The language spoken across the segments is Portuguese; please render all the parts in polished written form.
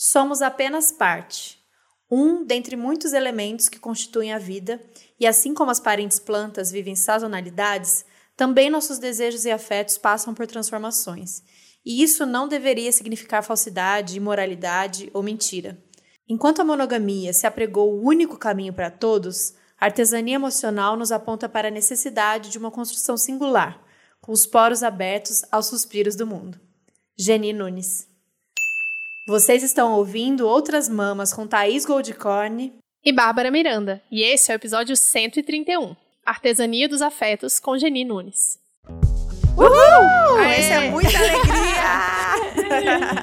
Somos apenas parte, um dentre muitos elementos que constituem a vida, e assim como as parentes plantas vivem sazonalidades, também nossos desejos e afetos passam por transformações. E isso não deveria significar falsidade, imoralidade ou mentira. Enquanto a monogamia se apregou o único caminho para todos, a artesania emocional nos aponta para a necessidade de uma construção singular, com os poros abertos aos suspiros do mundo. Geni Nunes. Vocês estão ouvindo Outras Mamas com Thaís Goldcorn e Bárbara Miranda, e esse é o episódio 131, Artesania dos Afetos com Geni Nunes. Uhul! Esse é muita alegria!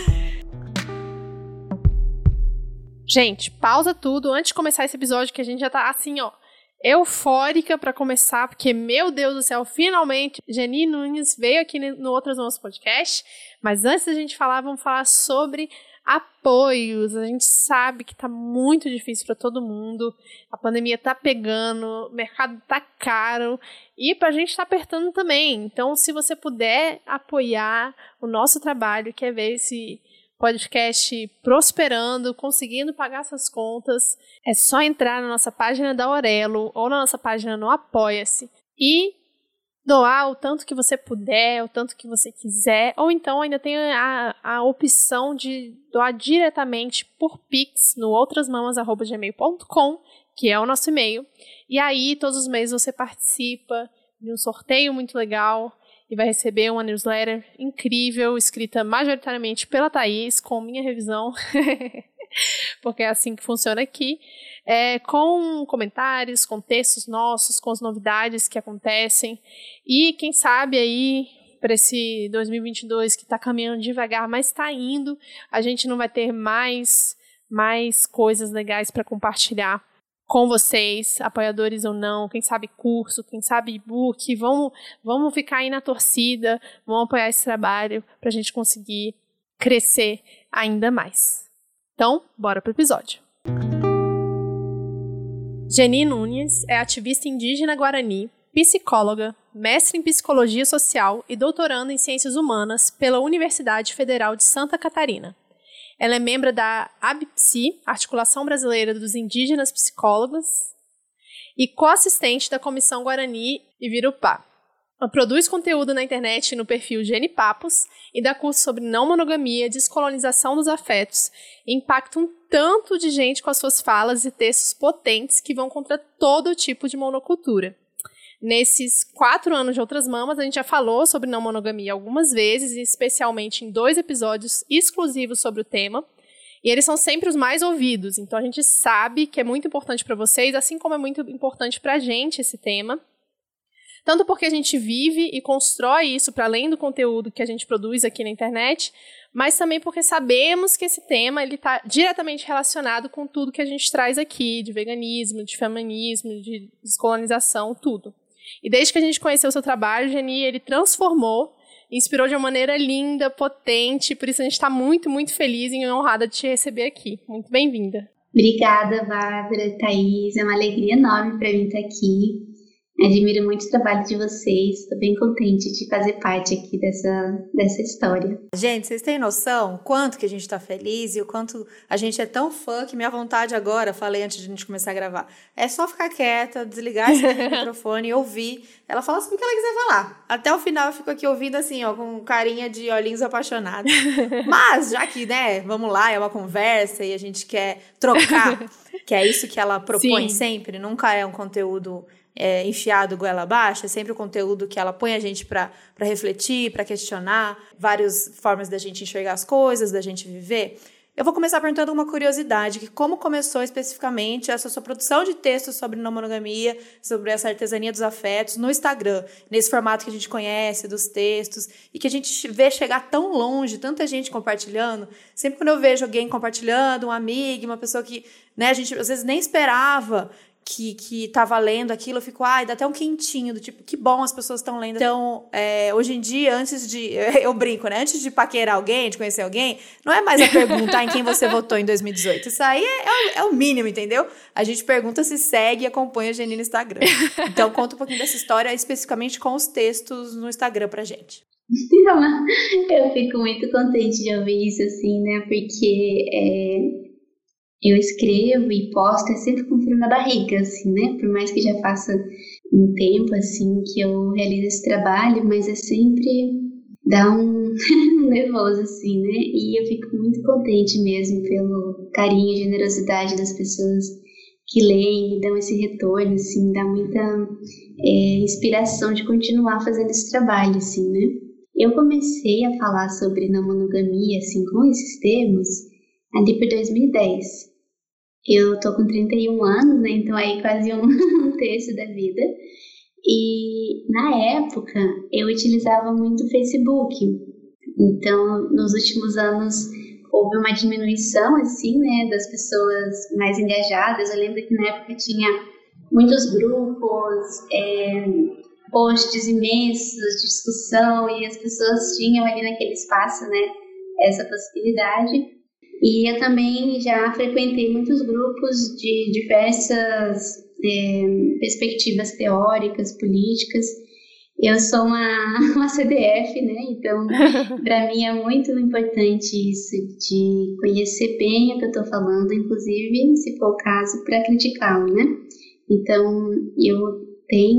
Gente, pausa tudo antes de começar esse episódio, que a gente já tá assim, eufórica pra começar, porque, meu Deus do céu, finalmente, Geni Nunes veio aqui no Outras Mamas Podcast, mas antes da gente falar, vamos falar sobre apoios. A gente sabe que tá muito difícil para todo mundo, a pandemia tá pegando, o mercado tá caro e pra gente tá apertando também. Então, se você puder apoiar o nosso trabalho, quer ver esse podcast prosperando, conseguindo pagar suas contas, é só entrar na nossa página da Aurelo ou na nossa página no Apoia-se e doar o tanto que você puder, o tanto que você quiser, ou então ainda tem a opção de doar diretamente por Pix no outrasmamas@gmail.com, que é o nosso e-mail. E aí, todos os meses você participa de um sorteio muito legal e vai receber uma newsletter incrível, escrita majoritariamente pela Thaís, com minha revisão, porque é assim que funciona aqui, com comentários, com textos nossos, com as novidades que acontecem, e quem sabe aí, para esse 2022 que está caminhando devagar, mas está indo, a gente não vai ter mais coisas legais para compartilhar com vocês, apoiadores ou não, quem sabe curso, quem sabe e-book, vamos ficar aí na torcida, vamos apoiar esse trabalho para a gente conseguir crescer ainda mais. Então, bora pro episódio. Geni Nunes é ativista indígena guarani, psicóloga, mestre em psicologia social e doutoranda em ciências humanas pela Universidade Federal de Santa Catarina. Ela é membro da ABPSI, Articulação Brasileira dos Indígenas Psicólogos, e co-assistente da Comissão Guarani Ibirupá. Ela produz conteúdo na internet no perfil Geni Papos e dá curso sobre não monogamia, descolonização dos afetos e impacta um tanto de gente com as suas falas e textos potentes que vão contra todo tipo de monocultura. Nesses 4 anos de Outras Mamas, a gente já falou sobre não monogamia algumas vezes, e especialmente em 2 episódios exclusivos sobre o tema, e eles são sempre os mais ouvidos, então a gente sabe que é muito importante para vocês, assim como é muito importante para a gente esse tema, tanto porque a gente vive e constrói isso para além do conteúdo que a gente produz aqui na internet, mas também porque sabemos que esse tema está diretamente relacionado com tudo que a gente traz aqui, de veganismo, de feminismo, de descolonização, tudo. E desde que a gente conheceu o seu trabalho, Geni, ele transformou, inspirou de uma maneira linda, potente, por isso a gente está muito, muito feliz e honrada de te receber aqui. Muito bem-vinda. Obrigada, Bárbara, Thaís, é uma alegria enorme para mim estar aqui. Admiro muito o trabalho de vocês, estou bem contente de fazer parte aqui dessa história. Gente, vocês têm noção quanto que a gente está feliz e o quanto a gente é tão fã que minha vontade agora, falei antes de a gente começar a gravar, é só ficar quieta, desligar esse microfone e ouvir ela falar sobre o que ela quiser falar. Até o final eu fico aqui ouvindo assim, com carinha de olhinhos apaixonados. Mas, já que, vamos lá, é uma conversa e a gente quer trocar, que é isso que ela propõe sempre, nunca é um conteúdo enfiado goela abaixo, é sempre o conteúdo que ela põe a gente para refletir, para questionar, várias formas da gente enxergar as coisas, da gente viver. Eu vou começar perguntando uma curiosidade, que como começou especificamente essa sua produção de textos sobre não monogamia, sobre essa artesania dos afetos no Instagram, nesse formato que a gente conhece dos textos e que a gente vê chegar tão longe, tanta gente compartilhando. Sempre quando eu vejo alguém compartilhando, um amigo, uma pessoa que a gente às vezes nem esperava que tava lendo aquilo, eu fico, dá até um quentinho, do tipo, que bom as pessoas estão lendo. Então, hoje em dia, eu brinco, antes de paquerar alguém, de conhecer alguém, não é mais a pergunta em quem você votou em 2018. Isso aí é o mínimo, entendeu? A gente pergunta se segue e acompanha a Geni no Instagram. Então, conta um pouquinho dessa história, especificamente com os textos no Instagram pra gente. Eu fico muito contente de ouvir isso, assim, né? Porque eu escrevo e posto sempre com frio na barriga, assim, né? Por mais que já faça um tempo, assim, que eu realizo esse trabalho, mas é sempre dá um nervoso, assim, né? E eu fico muito contente mesmo pelo carinho e generosidade das pessoas que leem e dão esse retorno, assim, dá muita inspiração de continuar fazendo esse trabalho, assim, né? Eu comecei a falar sobre não monogamia, assim, com esses termos, ali por 2010. Eu tô com 31 anos, né? Então aí quase um terço da vida. E na época eu utilizava muito o Facebook. Então, nos últimos anos houve uma diminuição, assim, né, das pessoas mais engajadas. Eu lembro que na época tinha muitos grupos, posts imensos de discussão, e as pessoas tinham ali naquele espaço, né, essa possibilidade. E eu também já frequentei muitos grupos de diversas perspectivas teóricas, políticas. Eu sou uma CDF, né? Então, para mim é muito importante isso de conhecer bem o que eu estou falando, inclusive, se for o caso, para criticá-lo, né? Então, eu tenho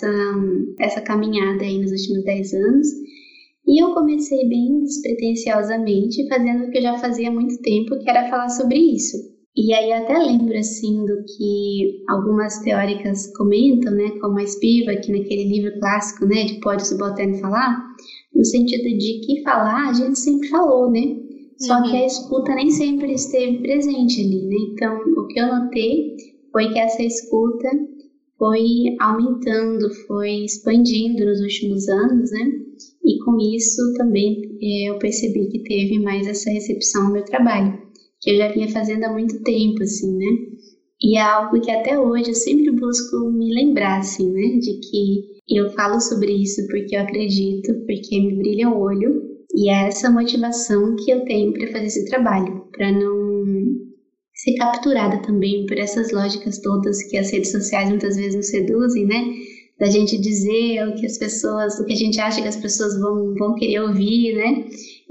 essa caminhada aí nos últimos 10 anos, e eu comecei bem despretensiosamente, fazendo o que eu já fazia há muito tempo, que era falar sobre isso. E aí eu até lembro, assim, do que algumas teóricas comentam, né, como a Spivak, naquele livro clássico, né, de Pode o Subalterno Falar, no sentido de que falar a gente sempre falou, né, só que a escuta nem sempre esteve presente ali, né. Então, o que eu notei foi que essa escuta foi aumentando, foi expandindo nos últimos anos, né, e com isso também eu percebi que teve mais essa recepção ao meu trabalho, que eu já vinha fazendo há muito tempo, assim, né? E é algo que até hoje eu sempre busco me lembrar, assim, né? De que eu falo sobre isso porque eu acredito, porque me brilha o olho, e é essa motivação que eu tenho para fazer esse trabalho, para não ser capturada também por essas lógicas todas que as redes sociais muitas vezes nos seduzem, né? Da gente dizer o que a gente acha que as pessoas vão querer ouvir, né?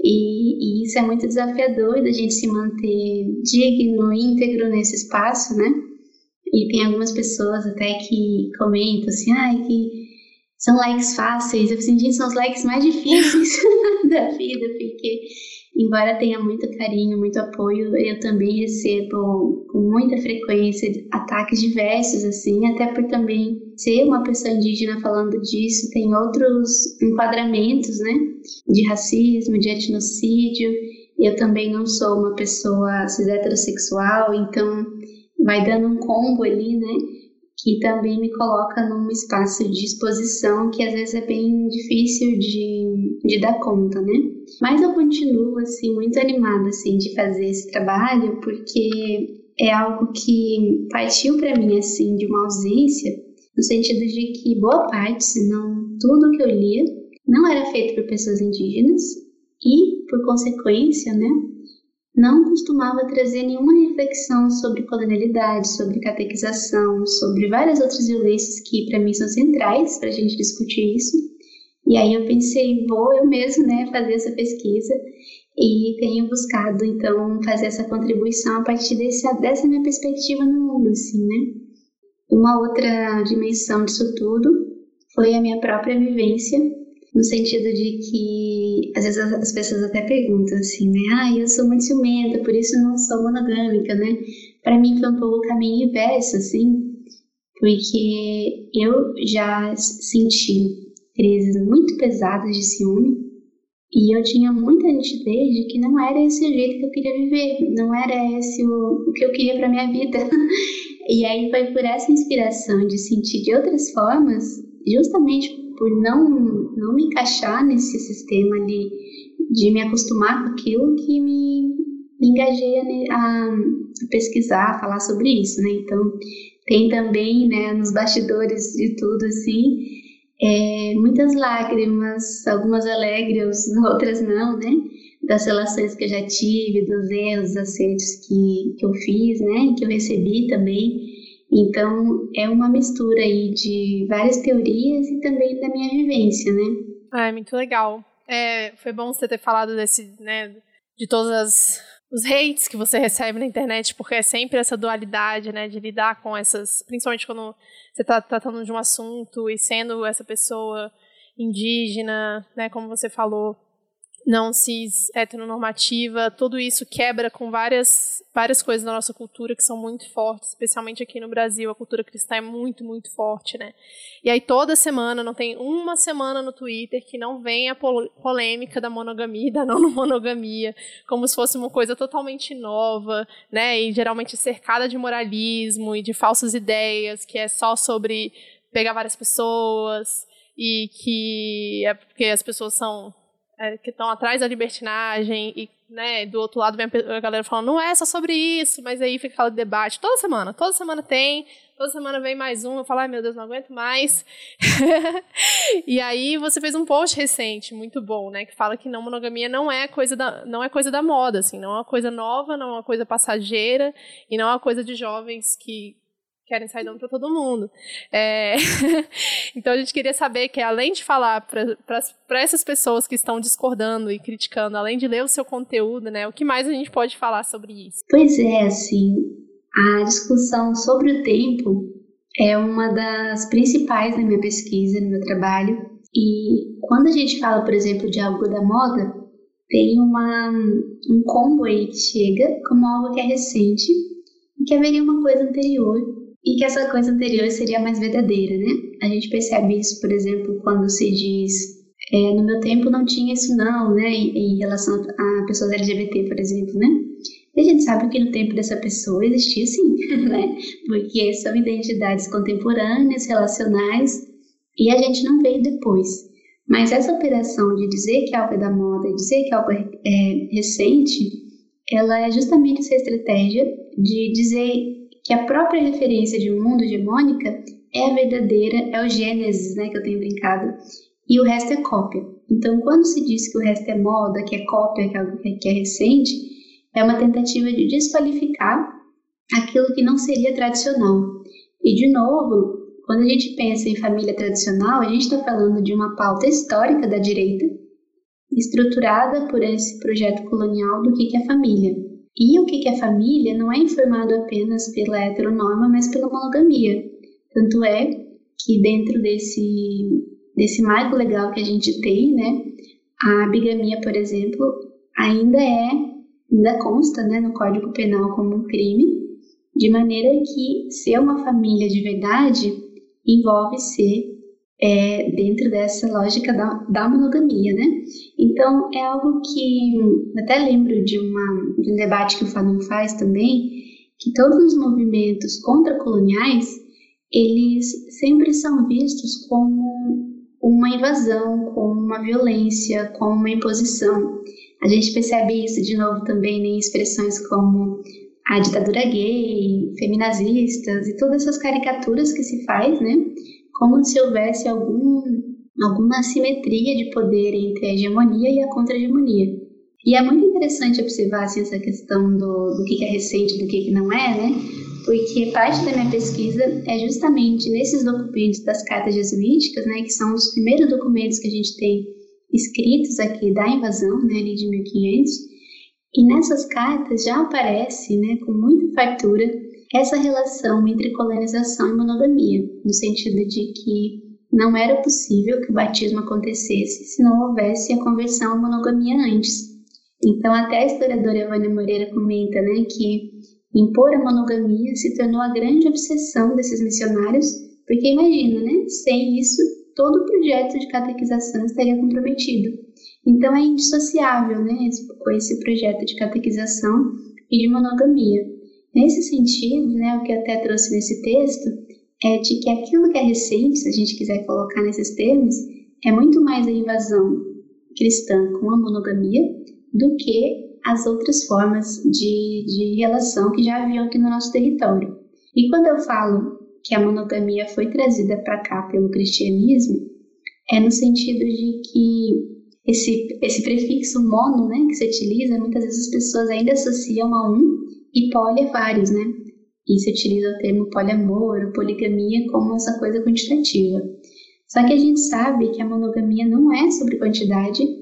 E isso é muito desafiador, da gente se manter digno, íntegro nesse espaço, né? E tem algumas pessoas até que comentam assim, que são likes fáceis. Eu assim, gente, são os likes mais difíceis da vida, porque embora tenha muito carinho, muito apoio, eu também recebo com muita frequência ataques diversos, assim, até por também ser uma pessoa indígena falando disso, tem outros enquadramentos, né, de racismo, de etnocídio. Eu também não sou uma pessoa cis heterossexual, então vai dando um combo ali, né, que também me coloca num espaço de exposição que às vezes é bem difícil de dar conta, né? Mas eu continuo, assim, muito animada, assim, de fazer esse trabalho, porque é algo que partiu para mim, assim, de uma ausência, no sentido de que boa parte, se não tudo que eu lia, não era feito por pessoas indígenas e, por consequência, né, não costumava trazer nenhuma reflexão sobre colonialidade, sobre catequização, sobre várias outras violências que para mim são centrais para a gente discutir isso. E aí eu pensei, vou eu mesmo, né, fazer essa pesquisa, e tenho buscado então fazer essa contribuição a partir dessa minha perspectiva no mundo, assim, né. Uma outra dimensão disso tudo foi a minha própria vivência, no sentido de que, às vezes as pessoas até perguntam assim, né? Eu sou muito ciumenta, por isso não sou monogâmica, né? Para mim foi um pouco o caminho inverso, assim, porque eu já senti crises muito pesadas de ciúme, e eu tinha muita nitidez de que não era esse o jeito que eu queria viver, não era esse o que eu queria para minha vida. E aí foi por essa inspiração de sentir de outras formas, justamente por não me encaixar nesse sistema de me acostumar com aquilo, que me engajei a pesquisar, a falar sobre isso, né? Então, tem também, né, nos bastidores de tudo, assim, muitas lágrimas, algumas alegres, outras não, né? Das relações que eu já tive, dos erros, dos acertos que eu fiz, né? Que eu recebi também. Então, é uma mistura aí de várias teorias e também da minha vivência, né? É muito legal. Foi bom você ter falado desse, né, de todas os hates que você recebe na internet, porque é sempre essa dualidade, né, de lidar com essas, principalmente quando você está tratando de um assunto e sendo essa pessoa indígena, né, como você falou, não cis, heteronormativa, tudo isso quebra com várias coisas da nossa cultura que são muito fortes, especialmente aqui no Brasil, a cultura cristã é muito, muito forte, né? E aí toda semana, não tem uma semana no Twitter que não venha a polêmica da monogamia e da não monogamia, como se fosse uma coisa totalmente nova, né? E geralmente cercada de moralismo e de falsas ideias, que é só sobre pegar várias pessoas e que é porque as pessoas são... que estão atrás da libertinagem e, né, do outro lado vem a galera falando, não é só sobre isso, mas aí fica aquele debate toda semana toda semana vem mais um, eu falo, ai meu Deus, não aguento mais. E aí você fez um post recente, muito bom, né, que fala que não monogamia não é coisa da moda, assim, não é uma coisa nova, não é uma coisa passageira e não é uma coisa de jovens que querem sair dando para todo mundo. Então a gente queria saber que, além de falar para essas pessoas que estão discordando e criticando, além de ler o seu conteúdo, né, o que mais a gente pode falar sobre isso? Pois é, assim, a discussão sobre o tempo é uma das principais na minha pesquisa, no meu trabalho. E quando a gente fala, por exemplo, de algo da moda, tem um combo aí que chega como algo que é recente e que haveria uma coisa anterior. E que essa coisa anterior seria mais verdadeira, né? A gente percebe isso, por exemplo, quando se diz no meu tempo não tinha isso não, né? Em relação a pessoas LGBT, por exemplo, né? E a gente sabe que no tempo dessa pessoa existia sim, né? Porque são identidades contemporâneas, relacionais, e a gente não veio depois. Mas essa operação de dizer que algo é da moda e dizer que algo é recente, ela é justamente essa estratégia de dizer que a própria referência de mundo hegemônica é a verdadeira, é o Gênesis, né, que eu tenho brincado, e o resto é cópia. Então, quando se diz que o resto é moda, que é cópia, que é recente, é uma tentativa de desqualificar aquilo que não seria tradicional. E, de novo, quando a gente pensa em família tradicional, a gente está falando de uma pauta histórica da direita, estruturada por esse projeto colonial do que é família. E o que é família não é informado apenas pela heteronorma, mas pela monogamia. Tanto é que dentro desse marco legal que a gente tem, né, a bigamia, por exemplo, ainda consta, né, no Código Penal como um crime, de maneira que ser uma família de verdade envolve ser dentro dessa lógica da monogamia, né? Então, é algo que até lembro de um debate que o Fanon faz também, que todos os movimentos contracoloniais, eles sempre são vistos como uma invasão, como uma violência, como uma imposição. A gente percebe isso de novo também em expressões como a ditadura gay, feminazistas e todas essas caricaturas que se faz, né? Como se houvesse alguma assimetria de poder entre a hegemonia e a contra-hegemonia. E é muito interessante observar assim, essa questão do que é recente e do que não é, né? Porque parte da minha pesquisa é justamente nesses documentos das cartas jesuíticas, né, que são os primeiros documentos que a gente tem escritos aqui da invasão, né, ali de 1500, e nessas cartas já aparece, né, com muita fartura, essa relação entre colonização e monogamia, no sentido de que não era possível que o batismo acontecesse se não houvesse a conversão à monogamia antes. Então, até a historiadora Vânia Moreira comenta, né, que impor a monogamia se tornou a grande obsessão desses missionários, porque imagina, né, sem isso, todo o projeto de catequização estaria comprometido. Então, é indissociável, né, com esse projeto de catequização e de monogamia. Nesse sentido, né, o que eu até trouxe nesse texto é de que aquilo que é recente, se a gente quiser colocar nesses termos, é muito mais a invasão cristã com a monogamia do que as outras formas de relação que já haviam aqui no nosso território. E quando eu falo que a monogamia foi trazida para cá pelo cristianismo, é no sentido de que esse prefixo mono, né, que se utiliza, muitas vezes as pessoas ainda associam a um e poli a vários, né? E se utiliza o termo poliamor, poligamia como essa coisa quantitativa. Só que a gente sabe que a monogamia não é sobre quantidade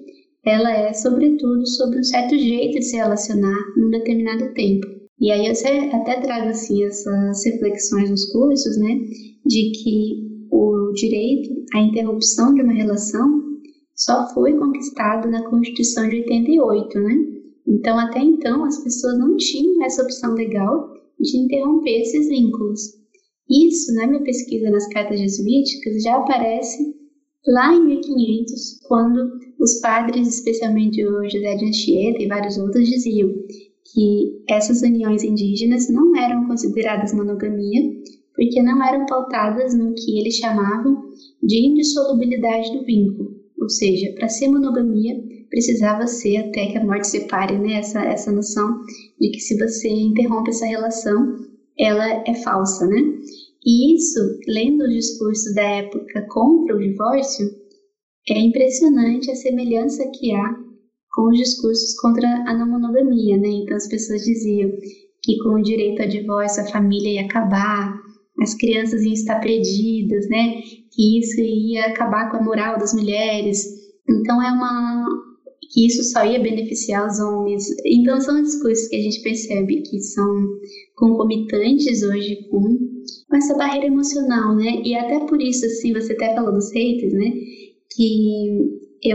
ela é, sobretudo, sobre um certo jeito de se relacionar num determinado tempo. E aí eu até trago assim, essas reflexões nos cursos, né, de que o direito à interrupção de uma relação só foi conquistado na Constituição de 88, né? Então, até então, as pessoas não tinham essa opção legal de interromper esses vínculos. Isso, na minha pesquisa nas cartas jesuíticas, já aparece lá em 1500, quando os padres, especialmente o José de Anchieta e vários outros, diziam que essas uniões indígenas não eram consideradas monogamia, porque não eram pautadas no que eles chamavam de indissolubilidade do vínculo. Ou seja, para ser monogamia, precisava ser até que a morte separe, né? Essa noção de que se você interrompe essa relação, ela é falsa, né? E isso, lendo os discursos da época contra o divórcio, é impressionante a semelhança que há com os discursos contra a não monogamia, né? Então as pessoas diziam que com o direito ao divórcio a família ia acabar, as crianças iam estar perdidas, né? Que isso ia acabar com a moral das mulheres. Então que isso só ia beneficiar os homens. Então são discursos que a gente percebe que são concomitantes hoje com essa barreira emocional, né? E até por isso, assim, você até falou dos haters, né? Que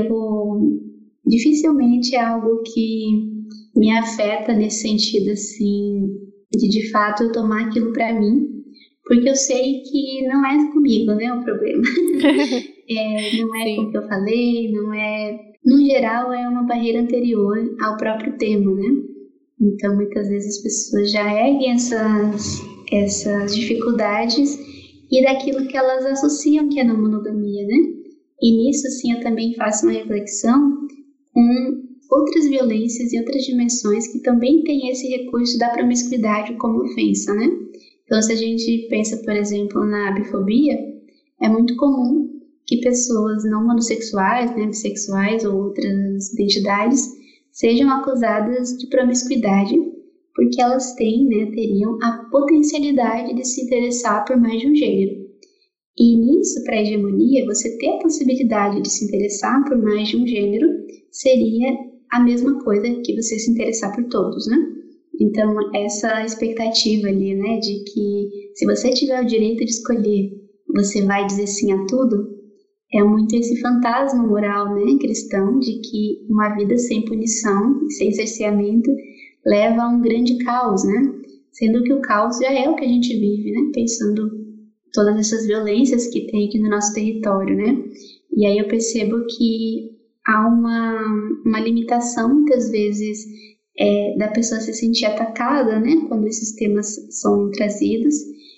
dificilmente é algo que me afeta nesse sentido, assim, de fato eu tomar aquilo pra mim, porque eu sei que não é comigo, né, o problema. Não é com o que eu falei, não é... No geral, é uma barreira anterior ao próprio tema, né? Então, muitas vezes as pessoas já erguem essas dificuldades e daquilo que elas associam que é não monogamia, né? E nisso, sim, eu também faço uma reflexão com outras violências e outras dimensões que também têm esse recurso da promiscuidade como ofensa, né? Então, se a gente pensa, por exemplo, na bifobia, é muito comum que pessoas não monossexuais, né, bissexuais ou outras identidades sejam acusadas de promiscuidade porque elas teriam a potencialidade de se interessar por mais de um gênero. E nisso, para a hegemonia, você ter a possibilidade de se interessar por mais de um gênero seria a mesma coisa que você se interessar por todos, né? Então, essa expectativa ali, né, de que se você tiver o direito de escolher, você vai dizer sim a tudo, é muito esse fantasma moral, né, cristão, de que uma vida sem punição, sem cerceamento, leva a um grande caos, né? Sendo que o caos já é o que a gente vive, né? Pensando todas essas violências que tem aqui no nosso território, né? E aí eu percebo que há uma limitação, muitas vezes, da pessoa se sentir atacada, né? Quando esses temas são trazidos,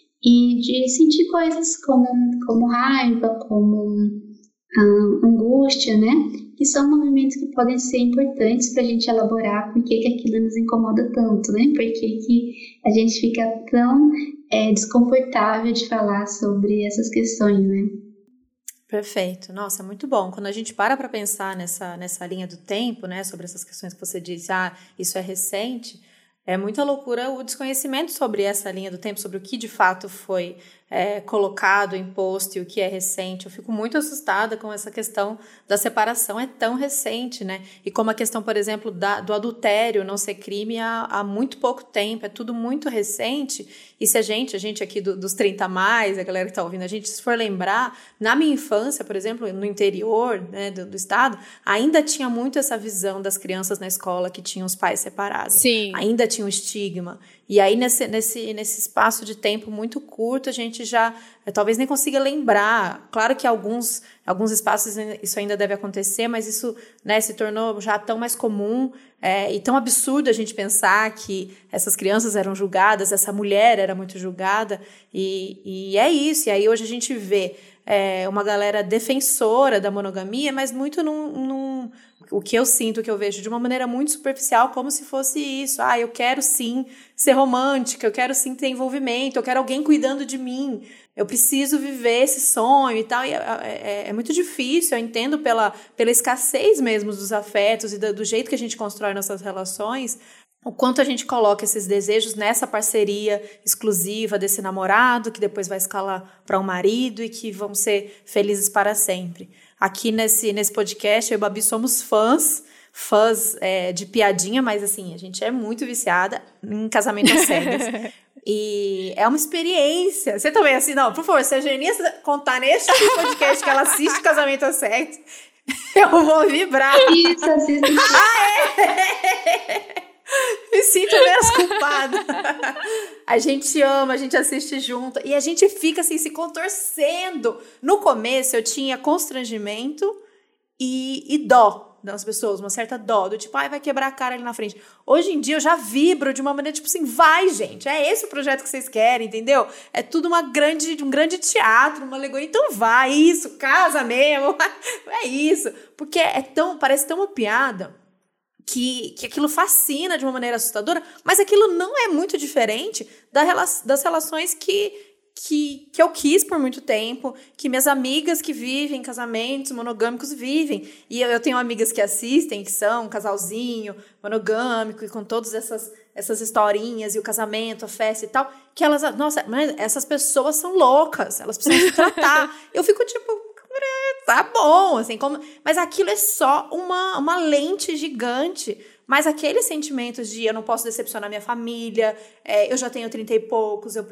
e de sentir coisas como raiva, como angústia, né? Que são movimentos que podem ser importantes para a gente elaborar por que aquilo nos incomoda tanto, né? Por que a gente fica tão desconfortável de falar sobre essas questões, né? Perfeito. Nossa, muito bom. Quando a gente para pensar nessa linha do tempo, né? Sobre essas questões que você disse, isso é recente... É muita loucura o desconhecimento sobre essa linha do tempo, sobre o que de fato foi colocado, imposto e o que é recente. Eu fico muito assustada com essa questão da separação, é tão recente, né? E como a questão, por exemplo, do adultério não ser crime há muito pouco tempo, é tudo muito recente. E se a gente aqui dos 30 a mais, a galera que está ouvindo, a gente se for lembrar, na minha infância, por exemplo, no interior, né, do estado, ainda tinha muito essa visão das crianças na escola que tinham os pais separados. Sim. Ainda tinha um estigma. E aí, nesse espaço de tempo muito curto, a gente já talvez nem consiga lembrar. Claro que alguns espaços isso ainda deve acontecer, mas isso, né, se tornou já tão mais comum e tão absurdo a gente pensar que essas crianças eram julgadas, essa mulher era muito julgada, e é isso. E aí hoje a gente vê uma galera defensora da monogamia, mas muito o que eu sinto, o que eu vejo de uma maneira muito superficial, como se fosse isso. Eu quero sim ser romântica, eu quero sim ter envolvimento, eu quero alguém cuidando de mim, eu preciso viver esse sonho e tal. E é muito difícil, eu entendo pela escassez mesmo dos afetos e do jeito que a gente constrói nossas relações, o quanto a gente coloca esses desejos nessa parceria exclusiva desse namorado, que depois vai escalar para um marido e que vão ser felizes para sempre. Aqui nesse podcast, eu e a Babi somos fãs de piadinha, mas assim, a gente é muito viciada em casamento às cegas. E é uma experiência. Você também, assim, não, por favor, se a Genia contar neste podcast que ela assiste Casamento às Cegas, eu vou vibrar. Isso, assisto. Me sinto menos culpada. A gente ama, a gente assiste junto e a gente fica assim se contorcendo. No começo eu tinha constrangimento e dó das pessoas, uma certa dó, do tipo, vai quebrar a cara ali na frente. Hoje em dia eu já vibro de uma maneira tipo assim, vai gente, é esse o projeto que vocês querem, entendeu? É tudo um grande teatro, uma alegoria, então vai, isso, casa mesmo, é isso. Porque parece tão uma piada que aquilo fascina de uma maneira assustadora, mas aquilo não é muito diferente das relações que eu quis por muito tempo, que minhas amigas que vivem casamentos monogâmicos vivem. E eu tenho amigas que assistem, que são um casalzinho monogâmico e com todas essas historinhas e o casamento, a festa e tal, que elas, nossa, mas essas pessoas são loucas, elas precisam se tratar. Eu fico tipo, tá bom, assim, mas aquilo é só uma lente gigante. Mas aqueles sentimentos de eu não posso decepcionar minha família, eu já tenho 30 e poucos, eu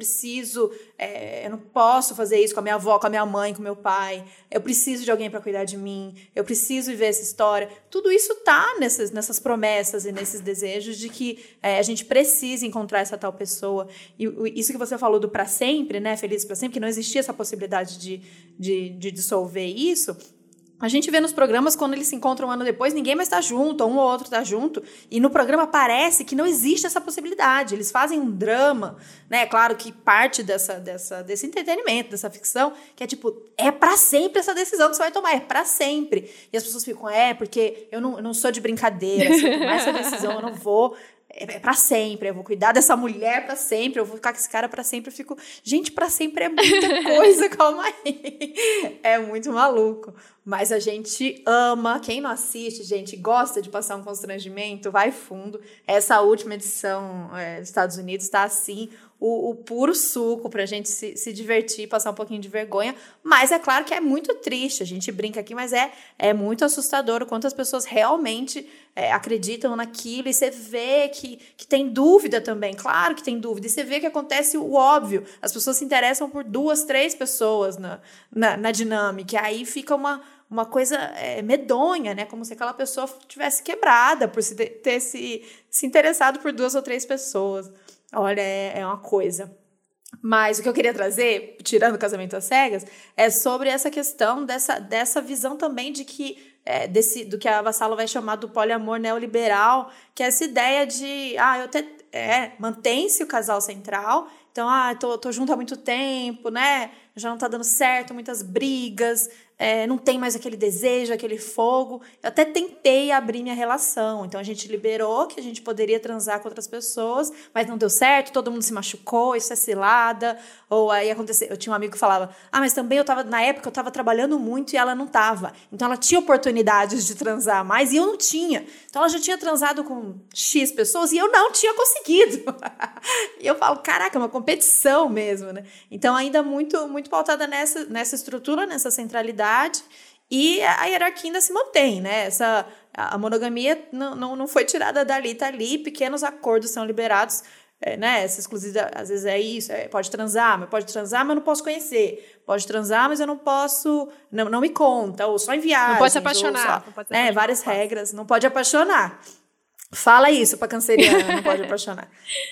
não posso fazer isso com a minha avó, com a minha mãe, com o meu pai, eu preciso de alguém para cuidar de mim, eu preciso viver essa história. Tudo isso tá nessas promessas e nesses desejos de que a gente precisa encontrar essa tal pessoa. E isso que você falou do para sempre, né, feliz para sempre, que não existia essa possibilidade de dissolver isso. A gente vê nos programas, quando eles se encontram um ano depois, ninguém mais está junto, ou um ou outro está junto, e no programa parece que não existe essa possibilidade. Eles fazem um drama, né? Claro que parte desse entretenimento, dessa ficção, que é tipo, é para sempre essa decisão que você vai tomar, é para sempre. E as pessoas ficam, porque eu não sou de brincadeira, se eu tomar essa decisão, eu não vou... É pra sempre, eu vou cuidar dessa mulher pra sempre, eu vou ficar com esse cara pra sempre. Eu fico, gente, pra sempre é muita coisa, calma aí. É muito maluco. Mas a gente ama, quem não assiste, gente, gosta de passar um constrangimento, vai fundo. Essa última edição dos Estados Unidos tá assim, o puro suco pra gente se divertir, passar um pouquinho de vergonha. Mas é claro que é muito triste, a gente brinca aqui, mas é muito assustador o quanto as pessoas realmente acreditam naquilo, e você vê que tem dúvida também, claro que tem dúvida, e você vê que acontece o óbvio, as pessoas se interessam por 2, 3 pessoas na dinâmica, e aí fica uma coisa medonha, né? Como se aquela pessoa tivesse quebrada por ter se interessado por 2 ou 3 pessoas. Olha, é uma coisa. Mas o que eu queria trazer, tirando o casamento às cegas, é sobre essa questão dessa visão também de que do que a Vassallo vai chamar do poliamor neoliberal, que é essa ideia de mantém-se o casal central, então tô junto há muito tempo, né? Já não tá dando certo, muitas brigas, não tem mais aquele desejo, aquele fogo. Eu até tentei abrir minha relação, então a gente liberou que a gente poderia transar com outras pessoas, mas não deu certo, todo mundo se machucou, isso é cilada. Ou aí aconteceu, eu tinha um amigo que falava, mas também na época eu tava trabalhando muito e ela não tava, então ela tinha oportunidades de transar mais e eu não tinha, então ela já tinha transado com X pessoas e eu não tinha conseguido. E eu falo, caraca, é uma competição mesmo, né? Então ainda muito, muito pautada nessa estrutura, nessa centralidade, e a hierarquia ainda se mantém, né? A monogamia não foi tirada dali, tá ali, pequenos acordos são liberados, né? Essa exclusividade, às vezes é isso, pode transar, mas não posso conhecer, pode transar, mas eu não posso, não me conta, ou só em viagem. Não pode se apaixonar. Várias regras, não pode apaixonar. Fala isso pra canceriana, não pode apaixonar.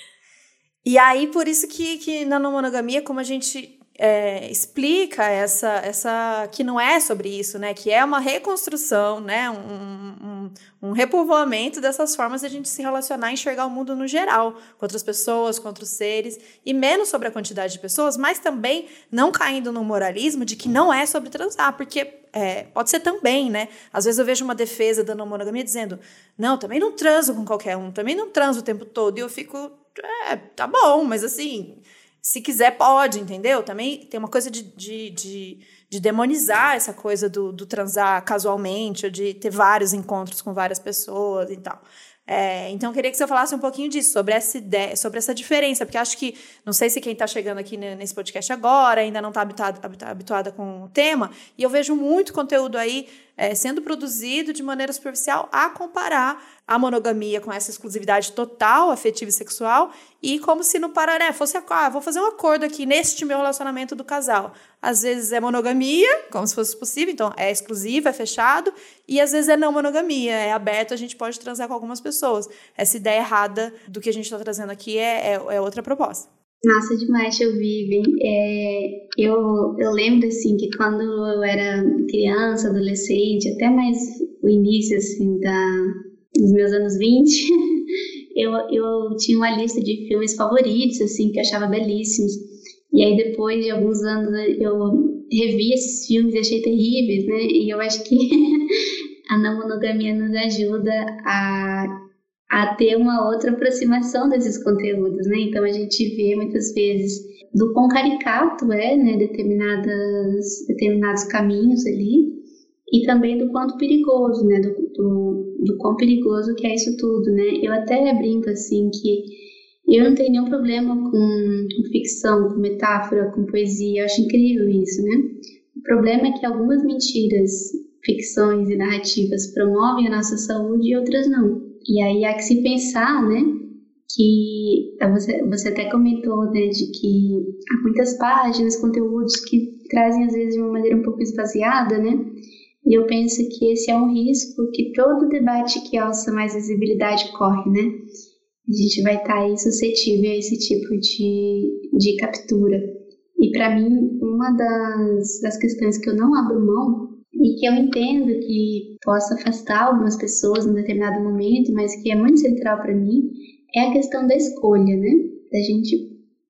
E aí, por isso que na não monogamia, como a gente explica essa que não é sobre isso, né? Que é uma reconstrução, né? Um repovoamento dessas formas de a gente se relacionar e enxergar o mundo no geral, com outras pessoas, com outros seres, e menos sobre a quantidade de pessoas, mas também não caindo no moralismo de que não é sobre transar, porque pode ser também, né? Às vezes eu vejo uma defesa da não monogamia dizendo, não, também não transo com qualquer um, também não transo o tempo todo, e eu fico, tá bom, mas assim, se quiser pode, entendeu? Também tem uma coisa de demonizar essa coisa do transar casualmente, ou de ter vários encontros com várias pessoas e tal. Então, eu queria que você falasse um pouquinho disso, sobre essa ideia, sobre essa diferença, porque acho que, não sei se quem está chegando aqui nesse podcast agora ainda não está habituada com o tema, e eu vejo muito conteúdo aí sendo produzido de maneira superficial a comparar a monogamia com essa exclusividade total, afetiva e sexual, e como se no paralelo fosse, vou fazer um acordo aqui neste meu relacionamento do casal. Às vezes é monogamia, como se fosse possível, então é exclusivo, é fechado, e às vezes é não monogamia, é aberto, a gente pode transar com algumas pessoas. Essa ideia errada do que a gente está trazendo aqui é outra proposta. Nossa, demais te ouvir, Vivi. Eu lembro, assim, que quando eu era criança, adolescente, até mais o início, assim, dos meus anos 20, eu tinha uma lista de filmes favoritos, assim, que eu achava belíssimos. E aí, depois de alguns anos, eu revi esses filmes e achei terríveis, né? E eu acho que a não monogamia nos ajuda a ter uma outra aproximação desses conteúdos, né? Então, a gente vê muitas vezes do quão caricato né? Determinados caminhos ali, e também do quanto perigoso, né? Do quão perigoso que é isso tudo, né? Eu até brinco, assim, que eu não tenho nenhum problema com ficção, com metáfora, com poesia. Eu acho incrível isso, né? O problema é que algumas mentiras, ficções e narrativas promovem a nossa saúde e outras não. E aí há que se pensar, né? Que você até comentou, né? De que há muitas páginas, conteúdos que trazem às vezes de uma maneira um pouco esvaziada, né? E eu penso que esse é um risco que todo debate que alça mais visibilidade corre, né? A gente vai estar aí suscetível a esse tipo de captura. E para mim, uma das questões que eu não abro mão e que eu entendo que possa afastar algumas pessoas em determinado momento, mas que é muito central para mim, é a questão da escolha, né? Da gente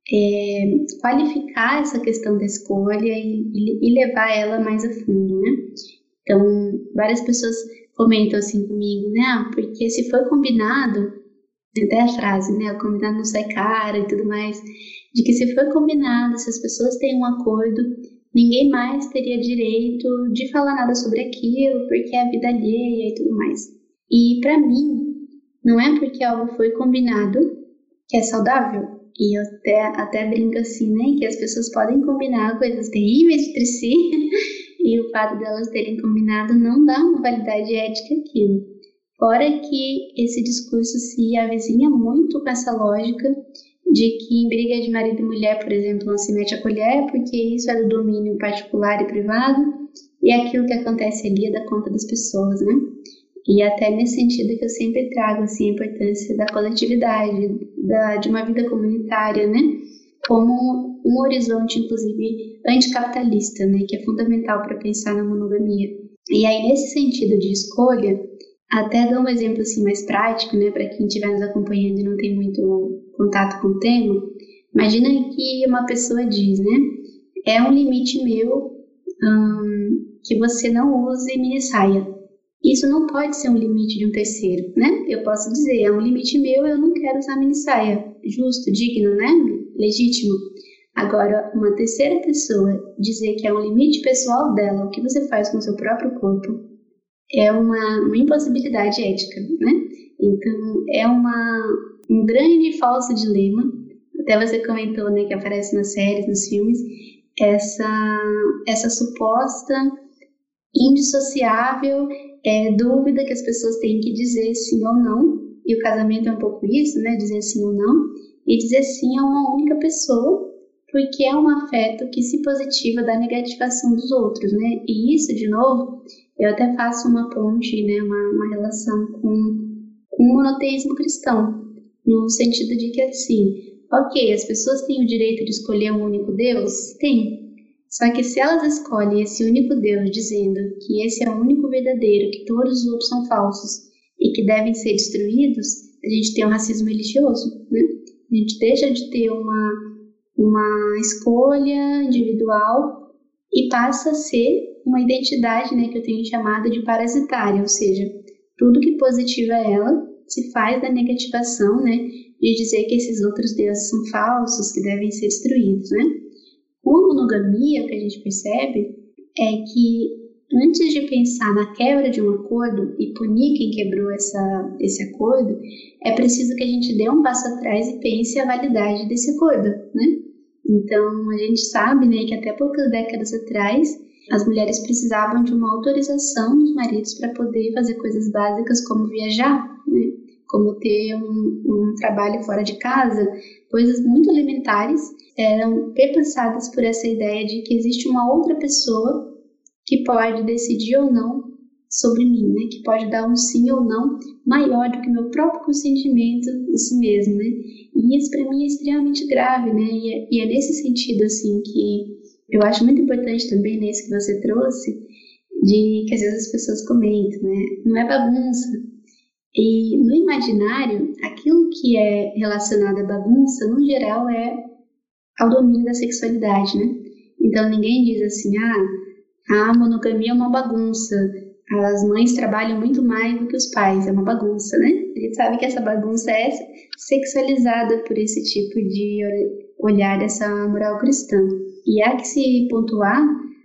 qualificar essa questão da escolha e levar ela mais a fundo, né? Então, várias pessoas comentam assim comigo, né? Porque se foi combinado, até a frase, né? O combinado não sai caro e tudo mais, de que se foi combinado, se as pessoas têm um acordo, ninguém mais teria direito de falar nada sobre aquilo, porque é a vida alheia e tudo mais. E para mim, não é porque algo foi combinado que é saudável. E eu até brinco assim, né? Que as pessoas podem combinar coisas terríveis entre si e o fato delas terem combinado não dá uma validade ética àquilo. Fora que esse discurso se avizinha muito com essa lógica de que em briga de marido e mulher, por exemplo, não se mete a colher, porque isso é do domínio particular e privado, e aquilo que acontece ali é da conta das pessoas, né? E até nesse sentido que eu sempre trago assim, a importância da coletividade, de uma vida comunitária, né? Como um horizonte, inclusive, anticapitalista, né? Que é fundamental para pensar na monogamia. E aí, nesse sentido de escolha, até dou um exemplo assim, mais prático, né? Para quem estiver nos acompanhando e não tem muito contato com o tema. Imagina que uma pessoa diz, né? É um limite meu que você não use mini saia. Isso não pode ser um limite de um terceiro, né? Eu posso dizer, é um limite meu, eu não quero usar mini saia. Justo, digno, né? Legítimo. Agora, uma terceira pessoa dizer que é um limite pessoal dela, o que você faz com o seu próprio corpo, é uma impossibilidade ética, né? Então, é um grande e falso dilema. Até você comentou, né, que aparece nas séries, nos filmes, essa suposta indissociável dúvida que as pessoas têm que dizer sim ou não, e o casamento é um pouco isso, né, dizer sim ou não, e dizer sim a uma única pessoa, porque é um afeto que se positiva da negativação dos outros, né, e isso, de novo, eu até faço uma ponte, né, uma relação com o monoteísmo cristão, no sentido de que, assim, ok, as pessoas têm o direito de escolher um único Deus? Tem. Só que se elas escolhem esse único Deus dizendo que esse é o único verdadeiro, que todos os outros são falsos e que devem ser destruídos, a gente tem um racismo religioso, né? A gente deixa de ter uma escolha individual e passa a ser uma identidade, né, que eu tenho chamado de parasitária, ou seja, tudo que positiva ela se faz da negativação, né, de dizer que esses outros deuses são falsos, que devem ser destruídos, né? Com a monogamia, o que a gente percebe é que antes de pensar na quebra de um acordo e punir quem quebrou esse acordo, é preciso que a gente dê um passo atrás e pense a validade desse acordo, né? Então, a gente sabe, né, que até poucas décadas atrás, as mulheres precisavam de uma autorização dos maridos para poder fazer coisas básicas como viajar, né? Como ter um trabalho fora de casa, coisas muito elementares eram perpassadas por essa ideia de que existe uma outra pessoa que pode decidir ou não sobre mim, né? Que pode dar um sim ou não maior do que o meu próprio consentimento em si mesmo, né? E isso para mim é extremamente grave, né? E é nesse sentido, assim, que eu acho muito importante também, nesse que você trouxe, de que às vezes as pessoas comentam, né? Não é bagunça. E no imaginário, aquilo que é relacionado à bagunça, no geral, é ao domínio da sexualidade, né? Então ninguém diz assim, a monogamia é uma bagunça, as mães trabalham muito mais do que os pais, é uma bagunça, né? A gente sabe que essa bagunça é sexualizada por esse tipo de olhar dessa moral cristã. E há que se pontuar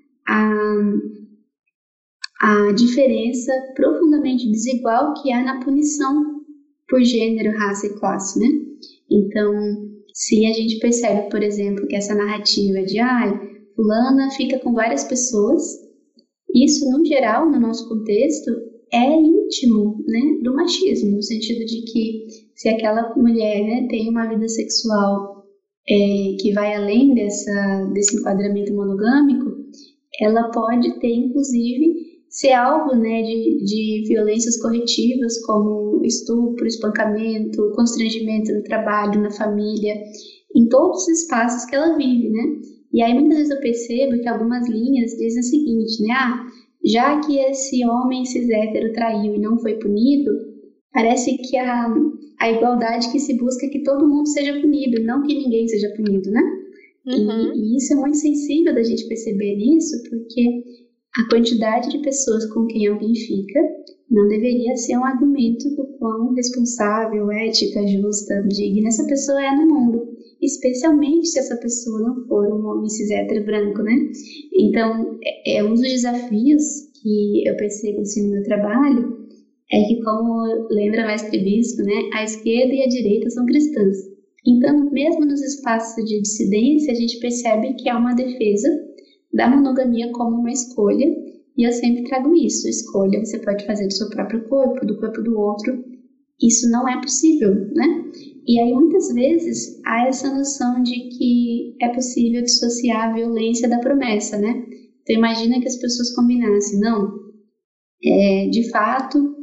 a diferença profundamente desigual que há na punição por gênero, raça e classe, né? Então, se a gente percebe, por exemplo, que essa narrativa de fulana fica com várias pessoas, isso, no geral, no nosso contexto, é íntimo, né, do machismo, no sentido de que se aquela mulher, né, tem uma vida sexual que vai além desse enquadramento monogâmico, ela pode ter, inclusive, ser alvo, né, de violências corretivas, como estupro, espancamento, constrangimento no trabalho, na família, em todos os espaços que ela vive, né? E aí muitas vezes eu percebo que algumas linhas dizem o seguinte, né? Já que esse homem cis hétero traiu e não foi punido, parece que a igualdade que se busca é que todo mundo seja punido, não que ninguém seja punido, né? Uhum. E isso é muito sensível da gente perceber isso, porque a quantidade de pessoas com quem alguém fica não deveria ser um argumento do quão responsável, ética, justa, digna essa pessoa é no mundo, especialmente se essa pessoa não for um homem cis hétero branco, né? Então, um dos desafios que eu percebo assim, no meu trabalho é que, como lembra Mestre Bispo, né, a esquerda e a direita são cristãs. Então, mesmo nos espaços de dissidência, a gente percebe que há uma defesa da monogamia como uma escolha, e eu sempre trago isso, escolha você pode fazer do seu próprio corpo, do corpo do outro, isso não é possível, né? E aí muitas vezes há essa noção de que é possível dissociar a violência da promessa, né? Então imagina que as pessoas combinassem, não, de fato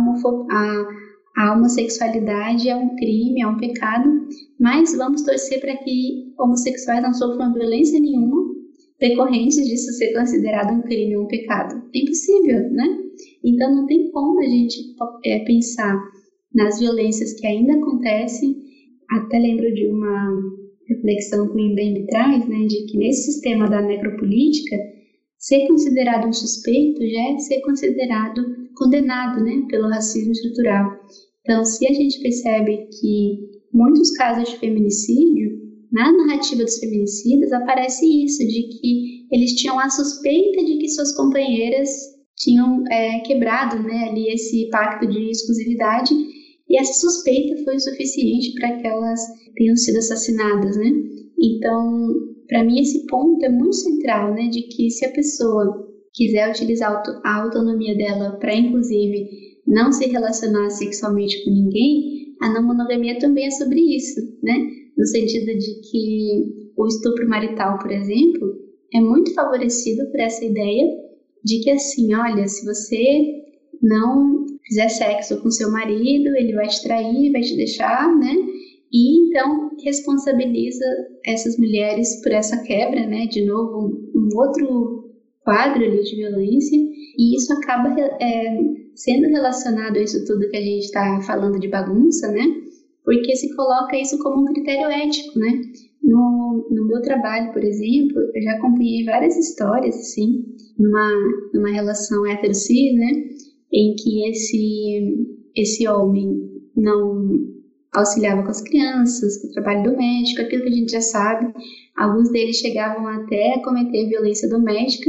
a homossexualidade é um crime, é um pecado, mas vamos torcer para que homossexuais não sofram violência nenhuma decorrentes disso ser considerado um crime ou um pecado. É impossível, né? Então não tem como a gente pensar nas violências que ainda acontecem. Até lembro de uma reflexão que o Mbembe traz, né, de que nesse sistema da necropolítica, ser considerado um suspeito já é ser considerado condenado, né, pelo racismo estrutural. Então, se a gente percebe que muitos casos de feminicídio, na narrativa dos feminicidas aparece isso, de que eles tinham a suspeita de que suas companheiras tinham quebrado, né, ali esse pacto de exclusividade, e essa suspeita foi o suficiente para que elas tenham sido assassinadas, né? Então, para mim esse ponto é muito central, né, de que se a pessoa quiser utilizar a autonomia dela para, inclusive, não se relacionar sexualmente com ninguém, a não monogamia também é sobre isso, né? No sentido de que o estupro marital, por exemplo, é muito favorecido por essa ideia de que, assim, olha, se você não fizer sexo com seu marido, ele vai te trair, vai te deixar, né? E então responsabiliza essas mulheres por essa quebra, né? De novo, um outro quadro ali de violência, e isso acaba sendo relacionado a isso tudo que a gente está falando de bagunça, né? Porque se coloca isso como um critério ético, né? No meu trabalho, por exemplo, eu já acompanhei várias histórias, assim, numa relação hétero-cis, né? Em que esse homem não auxiliava com as crianças, com o trabalho doméstico, aquilo que a gente já sabe. Alguns deles chegavam até a cometer violência doméstica,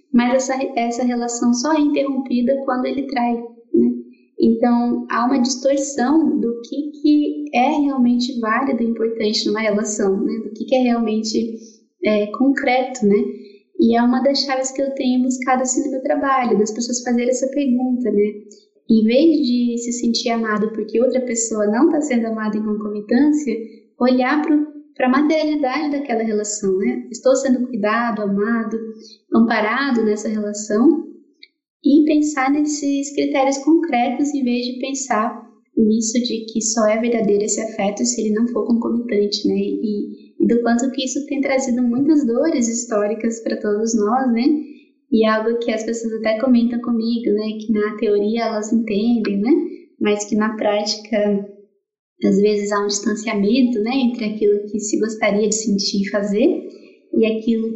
mas essa relação só é interrompida quando ele trai, né? Então, há uma distorção do que é realmente válido e importante numa relação, né? Do que é realmente concreto, né? E é uma das chaves que eu tenho buscado assim no meu trabalho, das pessoas fazerem essa pergunta, né? Em vez de se sentir amado porque outra pessoa não está sendo amada em concomitância, olhar para a materialidade daquela relação, né? Estou sendo cuidado, amado, amparado nessa relação, e pensar nesses critérios concretos em vez de pensar nisso de que só é verdadeiro esse afeto se ele não for concomitante, né? E do quanto que isso tem trazido muitas dores históricas para todos nós, né? E algo que as pessoas até comentam comigo, né? Que na teoria elas entendem, né? Mas que na prática, às vezes há um distanciamento, né? Entre aquilo que se gostaria de sentir e fazer e aquilo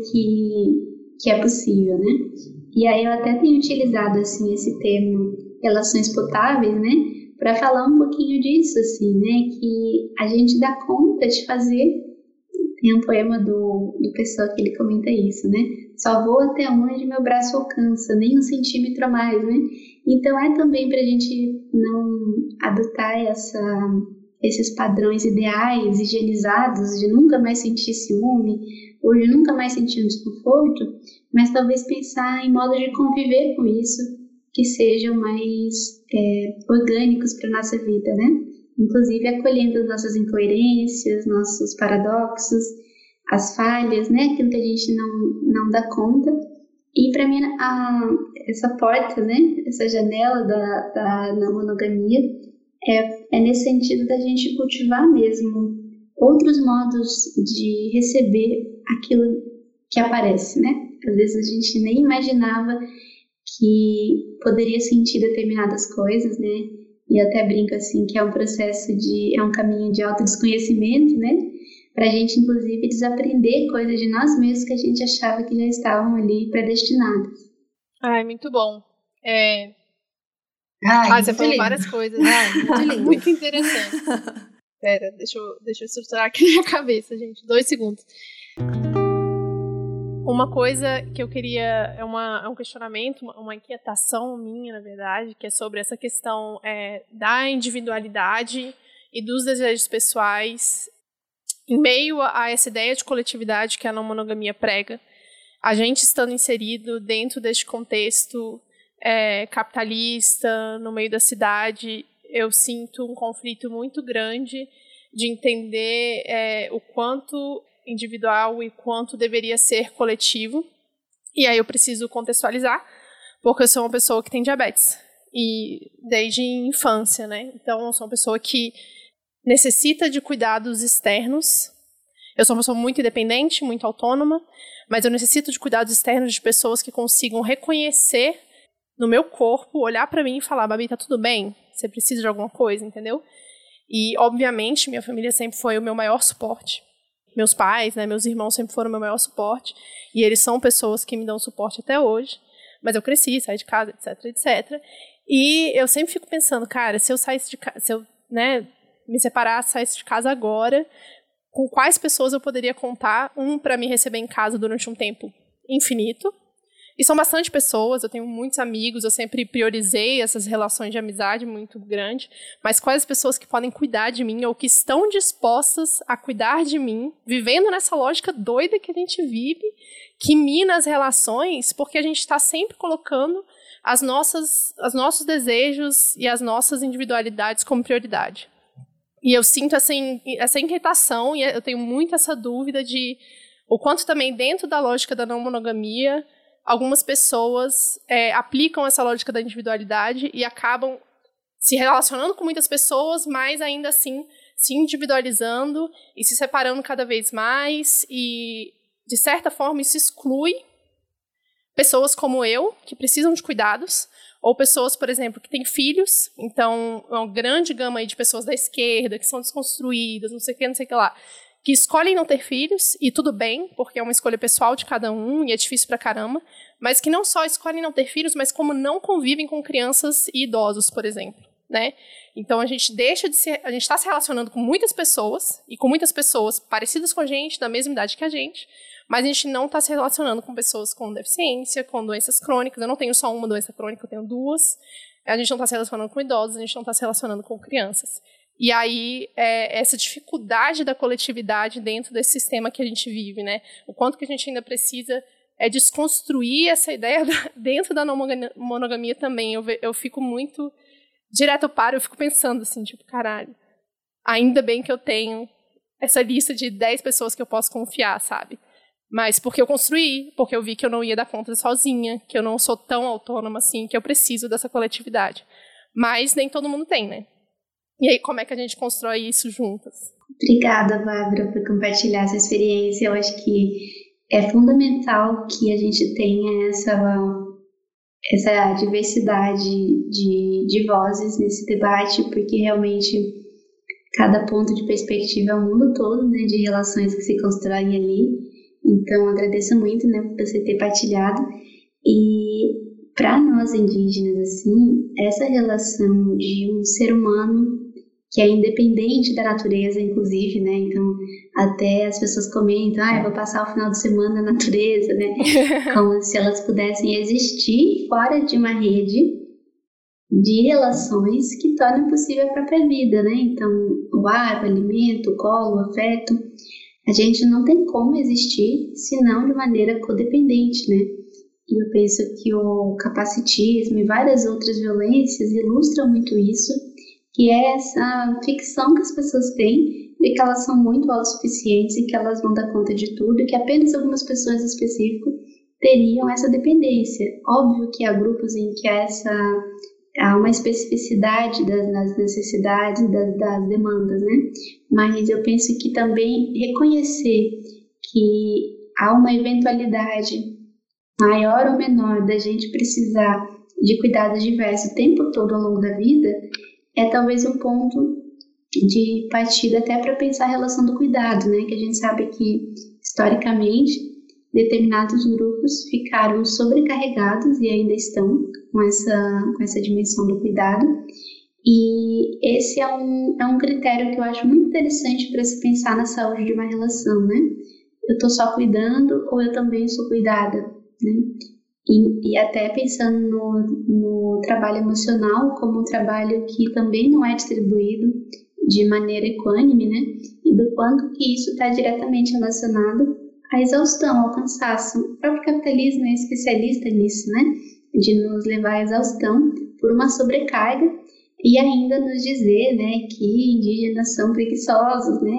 que é possível, né? E aí eu até tenho utilizado, assim, esse termo relações potáveis, né? Para falar um pouquinho disso, assim, né? Que a gente dá conta de fazer. Tem um poema do Pessoa que ele comenta isso, né? Só vou até onde meu braço alcança, nem 1 centímetro a mais, né? Então é também para a gente não adotar esses padrões ideais, higienizados, de nunca mais sentir ciúme, ou de nunca mais sentir um desconforto, mas talvez pensar em modos de conviver com isso que sejam mais orgânicos para a nossa vida, né? Inclusive acolhendo as nossas incoerências, nossos paradoxos, as falhas, né? Aquilo que a gente não dá conta. E para mim, essa porta, né? Essa janela da não monogamia é nesse sentido da gente cultivar mesmo outros modos de receber aquilo que aparece, né? Às vezes a gente nem imaginava que poderia sentir determinadas coisas, né? E eu até brinco assim que é um caminho de autodesconhecimento, né? Pra gente, inclusive, desaprender coisas de nós mesmos que a gente achava que já estavam ali predestinadas. Ai, muito bom. Muito você falou lindo. várias coisas. Muito lindo. Muito interessante. Pera, deixa eu estruturar aqui na minha cabeça, gente. 2 segundos. Uma coisa que eu queria, é um questionamento, uma inquietação minha, na verdade, que é sobre essa questão da individualidade e dos desejos pessoais em meio a essa ideia de coletividade que a não monogamia prega. A gente estando inserido dentro deste contexto capitalista, no meio da cidade, eu sinto um conflito muito grande de entender o quanto individual e quanto deveria ser coletivo. E aí eu preciso contextualizar, porque eu sou uma pessoa que tem diabetes, e desde infância, né? Então eu sou uma pessoa que necessita de cuidados externos. Eu sou uma pessoa muito independente, muito autônoma, mas eu necessito de cuidados externos de pessoas que consigam reconhecer no meu corpo, olhar pra mim e falar: Babi, tá tudo bem? Você precisa de alguma coisa, entendeu? E, obviamente, minha família sempre foi o meu maior suporte. Meus pais, né, meus irmãos sempre foram o meu maior suporte, e eles são pessoas que me dão suporte até hoje, mas eu cresci, saí de casa, etc, etc. E eu sempre fico pensando, cara, se eu saísse de casa, se eu, né, me separasse, saísse de casa agora, com quais pessoas eu poderia contar, para me receber em casa durante um tempo infinito. E são bastante pessoas, eu tenho muitos amigos, eu sempre priorizei essas relações de amizade muito grande, mas quais as pessoas que podem cuidar de mim ou que estão dispostas a cuidar de mim, vivendo nessa lógica doida que a gente vive, que mina as relações, porque a gente está sempre colocando os nossos desejos e as nossas individualidades como prioridade. E eu sinto essa inquietação, e eu tenho muito essa dúvida de o quanto também dentro da lógica da não monogamia algumas pessoas aplicam essa lógica da individualidade e acabam se relacionando com muitas pessoas, mas ainda assim se individualizando e se separando cada vez mais, e de certa forma isso exclui pessoas como eu, que precisam de cuidados, ou pessoas, por exemplo, que têm filhos. Então é uma grande gama aí de pessoas da esquerda que são desconstruídas, não sei o que lá, que escolhem não ter filhos, e tudo bem, porque é uma escolha pessoal de cada um, e é difícil pra caramba, mas que não só escolhem não ter filhos, mas como não convivem com crianças e idosos, por exemplo, né? Então a gente está se relacionando com muitas pessoas, e com muitas pessoas parecidas com a gente, da mesma idade que a gente, Mas a gente não está se relacionando com pessoas com deficiência, com doenças crônicas. Eu não tenho só uma doença crônica, eu tenho 2. A gente não está se relacionando com idosos, a gente não está se relacionando com crianças. E aí, essa dificuldade da coletividade dentro desse sistema que a gente vive, né? O quanto que a gente ainda precisa desconstruir essa ideia dentro da não monogamia também. Eu fico muito... Direto eu paro, eu fico pensando assim, tipo, caralho, ainda bem que eu tenho essa lista de 10 pessoas que eu posso confiar, sabe? Mas porque eu construí, porque eu vi que eu não ia dar conta sozinha, que eu não sou tão autônoma assim, que eu preciso dessa coletividade. Mas nem todo mundo tem, né? E aí, como é que a gente constrói isso juntas? Obrigada, Bárbara, por compartilhar essa experiência. Eu acho que é fundamental que a gente tenha essa diversidade de vozes nesse debate, porque realmente cada ponto de perspectiva é o mundo todo, né, de relações que se constroem ali. Então, agradeço muito, né, por você ter partilhado. E para nós indígenas, assim, essa relação de um ser humano que é independente da natureza, inclusive, né? Então, até as pessoas comentam, eu vou passar o final de semana na natureza, né? Como se elas pudessem existir fora de uma rede de relações que tornam possível a própria vida, né? Então, o ar, o alimento, o colo, o afeto, a gente não tem como existir senão de maneira codependente, né? E eu penso que o capacitismo e várias outras violências ilustram muito isso, que é essa ficção que as pessoas têm de que elas são muito autossuficientes e que elas vão dar conta de tudo e que apenas algumas pessoas específicas teriam essa dependência. Óbvio que há grupos em que há uma especificidade das necessidades, das demandas, né? Mas eu penso que também reconhecer que há uma eventualidade maior ou menor da gente precisar de cuidados diversos o tempo todo ao longo da vida é talvez um ponto de partida até para pensar a relação do cuidado, né? Que a gente sabe que, historicamente, determinados grupos ficaram sobrecarregados e ainda estão com essa dimensão do cuidado. E esse é um critério que eu acho muito interessante para se pensar na saúde de uma relação, né? Eu estou só cuidando ou eu também sou cuidada, né? E até pensando no trabalho emocional como um trabalho que também não é distribuído de maneira equânime, né? E do quanto que isso está diretamente relacionado à exaustão, ao cansaço. O próprio capitalismo é especialista nisso, né? De nos levar à exaustão por uma sobrecarga e ainda nos dizer, né, que indígenas são preguiçosos, né?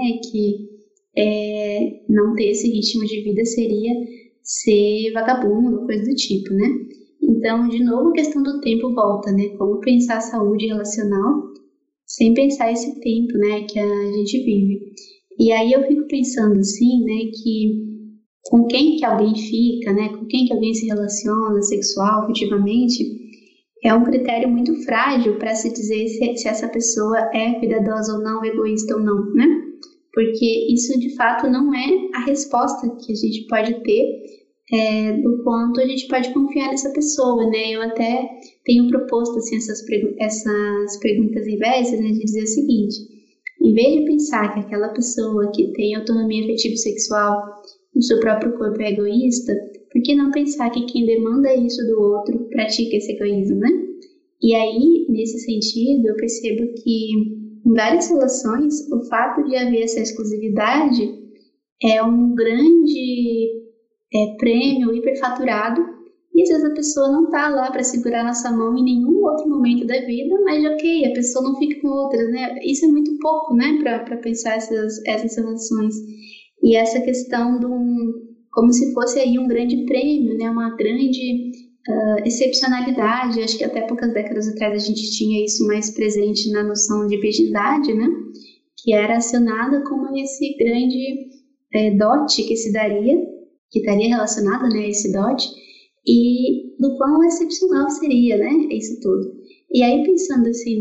Que não ter esse ritmo de vida seria ser vagabundo, coisa do tipo, né? Então, de novo, a questão do tempo volta, né? Como pensar a saúde relacional sem pensar esse tempo, né, que a gente vive. E aí eu fico pensando assim, né, que com quem que alguém fica, né, com quem que alguém se relaciona sexual, afetivamente, é um critério muito frágil para se dizer se essa pessoa é cuidadosa ou não, egoísta ou não, né? Porque isso, de fato, não é a resposta que a gente pode ter do quanto a gente pode confiar nessa pessoa, né? Eu até tenho proposto, assim, essas perguntas inversas, né, de dizer o seguinte: em vez de pensar que aquela pessoa que tem autonomia afetivo-sexual no seu próprio corpo é egoísta, por que não pensar que quem demanda isso do outro pratica esse egoísmo, né? E aí, nesse sentido, eu percebo que em várias relações, o fato de haver essa exclusividade é um grande prêmio hiperfaturado, e às vezes a pessoa não está lá para segurar nossa mão em nenhum outro momento da vida, mas ok, a pessoa não fica com outras, né? Isso é muito pouco, né, para pensar essas relações. E essa questão como se fosse aí um grande prêmio, né, uma grande excepcionalidade. Acho que até poucas décadas atrás a gente tinha isso mais presente na noção de virgindade, né, que era acionada como esse grande dote que se daria, que estaria relacionado, né, a esse dote, e do quão excepcional seria, né, isso tudo. E aí, pensando assim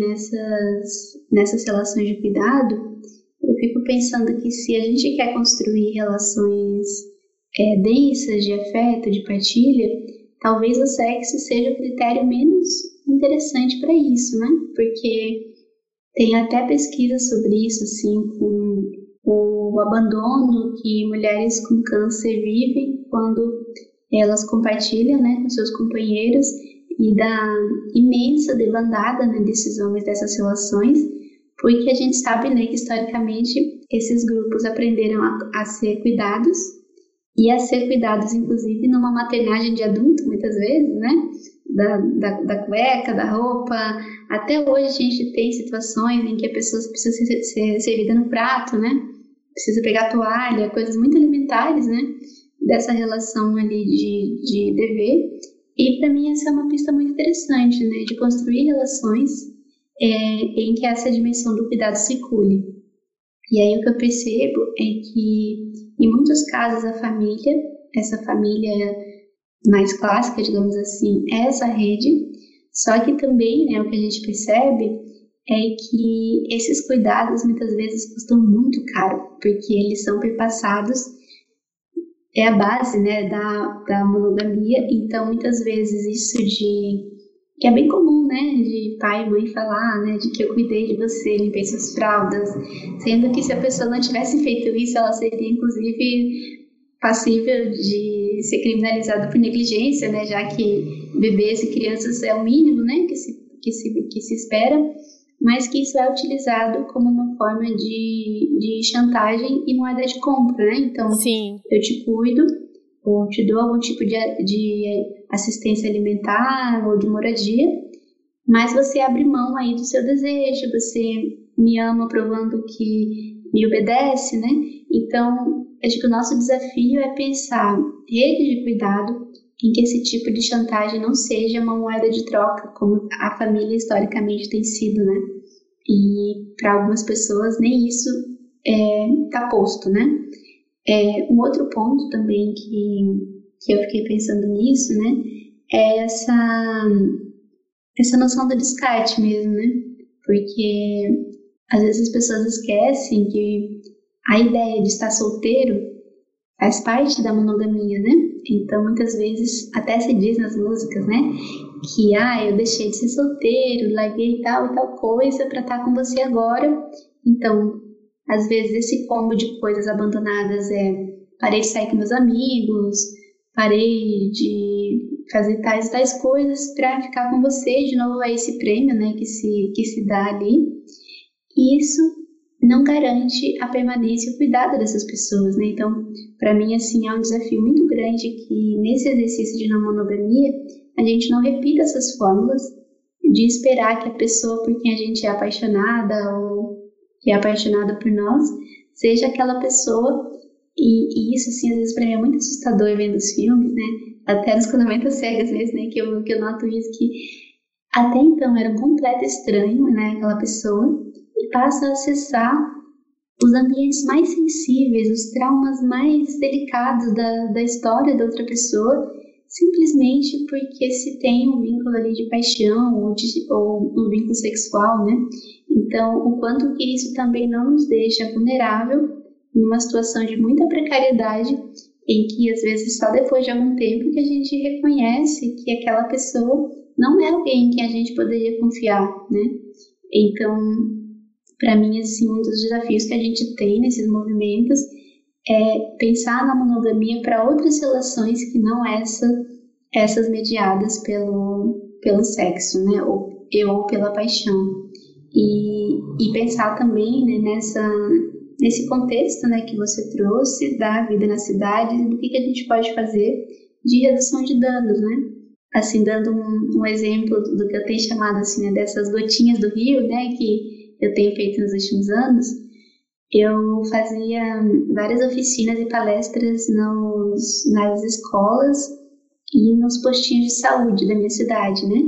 nessas relações de cuidado, eu fico pensando que se a gente quer construir relações densas de afeto, de partilha, talvez o sexo seja o critério menos interessante para isso, né? Porque tem até pesquisa sobre isso, assim, com o abandono que mulheres com câncer vivem quando elas compartilham, né, com seus companheiros, e da imensa debandada, né, desses homens, dessas relações, porque a gente sabe, né, que historicamente esses grupos aprenderam a ser cuidados, e a ser cuidados, inclusive, numa maternagem de adulto, muitas vezes, né, da cueca, da roupa. Até hoje a gente tem situações em que a pessoa precisa ser servida no prato, né, precisa pegar toalha, coisas muito elementares, né, dessa relação ali de dever. E para mim essa é uma pista muito interessante, né, de construir relações em que essa dimensão do cuidado circule. E aí o que eu percebo é que, em muitos casos, a família, essa família mais clássica, digamos assim, é essa rede, só que também, né, o que a gente percebe é que esses cuidados muitas vezes custam muito caro, porque eles são perpassados, é a base, né, da monogamia. Então muitas vezes isso que é bem comum, né, de pai e mãe falar, né, de que eu cuidei de você, limpei suas fraldas, sendo que se a pessoa não tivesse feito isso, ela seria inclusive passível de ser criminalizada por negligência, né, já que bebês e crianças é o mínimo, né, que se espera, mas que isso é utilizado como uma forma de chantagem e moeda de compra, né? Então, Sim. Eu te cuido, ou te dou algum tipo de assistência alimentar ou de moradia, mas você abre mão aí do seu desejo, você me ama provando que me obedece, né? Então, acho que o nosso desafio é pensar rede de cuidado em que esse tipo de chantagem não seja uma moeda de troca, como a família historicamente tem sido, né? E para algumas pessoas nem isso está posto, né? Um outro ponto também que eu fiquei pensando nisso, né? É essa noção do descarte mesmo, né? Porque às vezes as pessoas esquecem que a ideia de estar solteiro faz parte da monogamia, né? Então, muitas vezes, até se diz nas músicas, né? Que, eu deixei de ser solteiro, larguei tal e tal coisa pra estar com você agora. Então, às vezes, esse combo de coisas abandonadas parei de sair com meus amigos, parei de fazer tais e tais coisas pra ficar com você. De novo, é esse prêmio, né? Que se dá ali. E isso não garante a permanência e o cuidado dessas pessoas, né? Então, para mim, assim, é um desafio muito grande que nesse exercício de não monogamia a gente não repita essas fórmulas de esperar que a pessoa por quem a gente é apaixonada ou que é apaixonada por nós seja aquela pessoa. E isso, assim, às vezes para mim é muito assustador vendo os filmes, né? Até nos Casamentos Cegas mesmo, né? Que eu noto isso, que até então era um completo estranho, né? Aquela pessoa, e passa a acessar os ambientes mais sensíveis, os traumas mais delicados da história da outra pessoa, simplesmente porque se tem um vínculo ali de paixão ou um vínculo sexual, né? Então, o quanto que isso também não nos deixa vulnerável numa situação de muita precariedade, em que às vezes só depois de algum tempo que a gente reconhece que aquela pessoa não é alguém em quem a gente poderia confiar, né? Então, para mim, assim, um dos desafios que a gente tem nesses movimentos é pensar na monogamia para outras relações que não essas mediadas pelo sexo, né, ou pela paixão. E pensar também, né, nesse contexto, né, que você trouxe da vida na cidade, do que a gente pode fazer de redução de danos, né? Assim, dando um exemplo do que eu tenho chamado, assim, né, dessas gotinhas do rio, né, que eu tenho feito nos últimos anos. Eu fazia várias oficinas e palestras nas escolas e nos postinhos de saúde da minha cidade, né?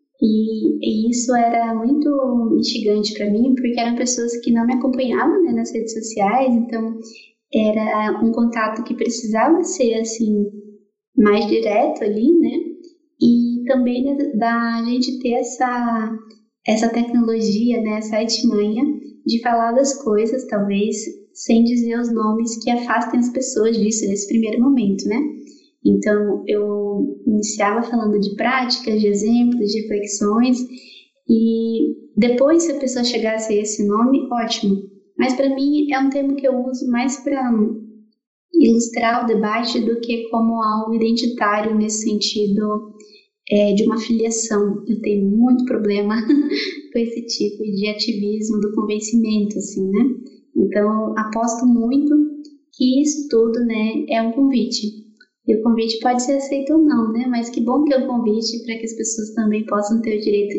E isso era muito instigante para mim, porque eram pessoas que não me acompanhavam, né, nas redes sociais, então era um contato que precisava ser, assim, mais direto ali, né? E também da gente ter essa tecnologia, né, essa artimanha de falar das coisas, talvez, sem dizer os nomes que afastem as pessoas disso nesse primeiro momento, né? Então, eu iniciava falando de práticas, de exemplos, de reflexões, e depois, se a pessoa chegasse a esse nome, ótimo. Mas para mim é um termo que eu uso mais para ilustrar o debate do que como algo identitário nesse sentido de uma filiação. Eu tenho muito problema com esse tipo de ativismo do convencimento, assim, né? Então, aposto muito que isso tudo, né, é um convite. E o convite pode ser aceito ou não, né? Mas que bom que é um convite para que as pessoas também possam ter o direito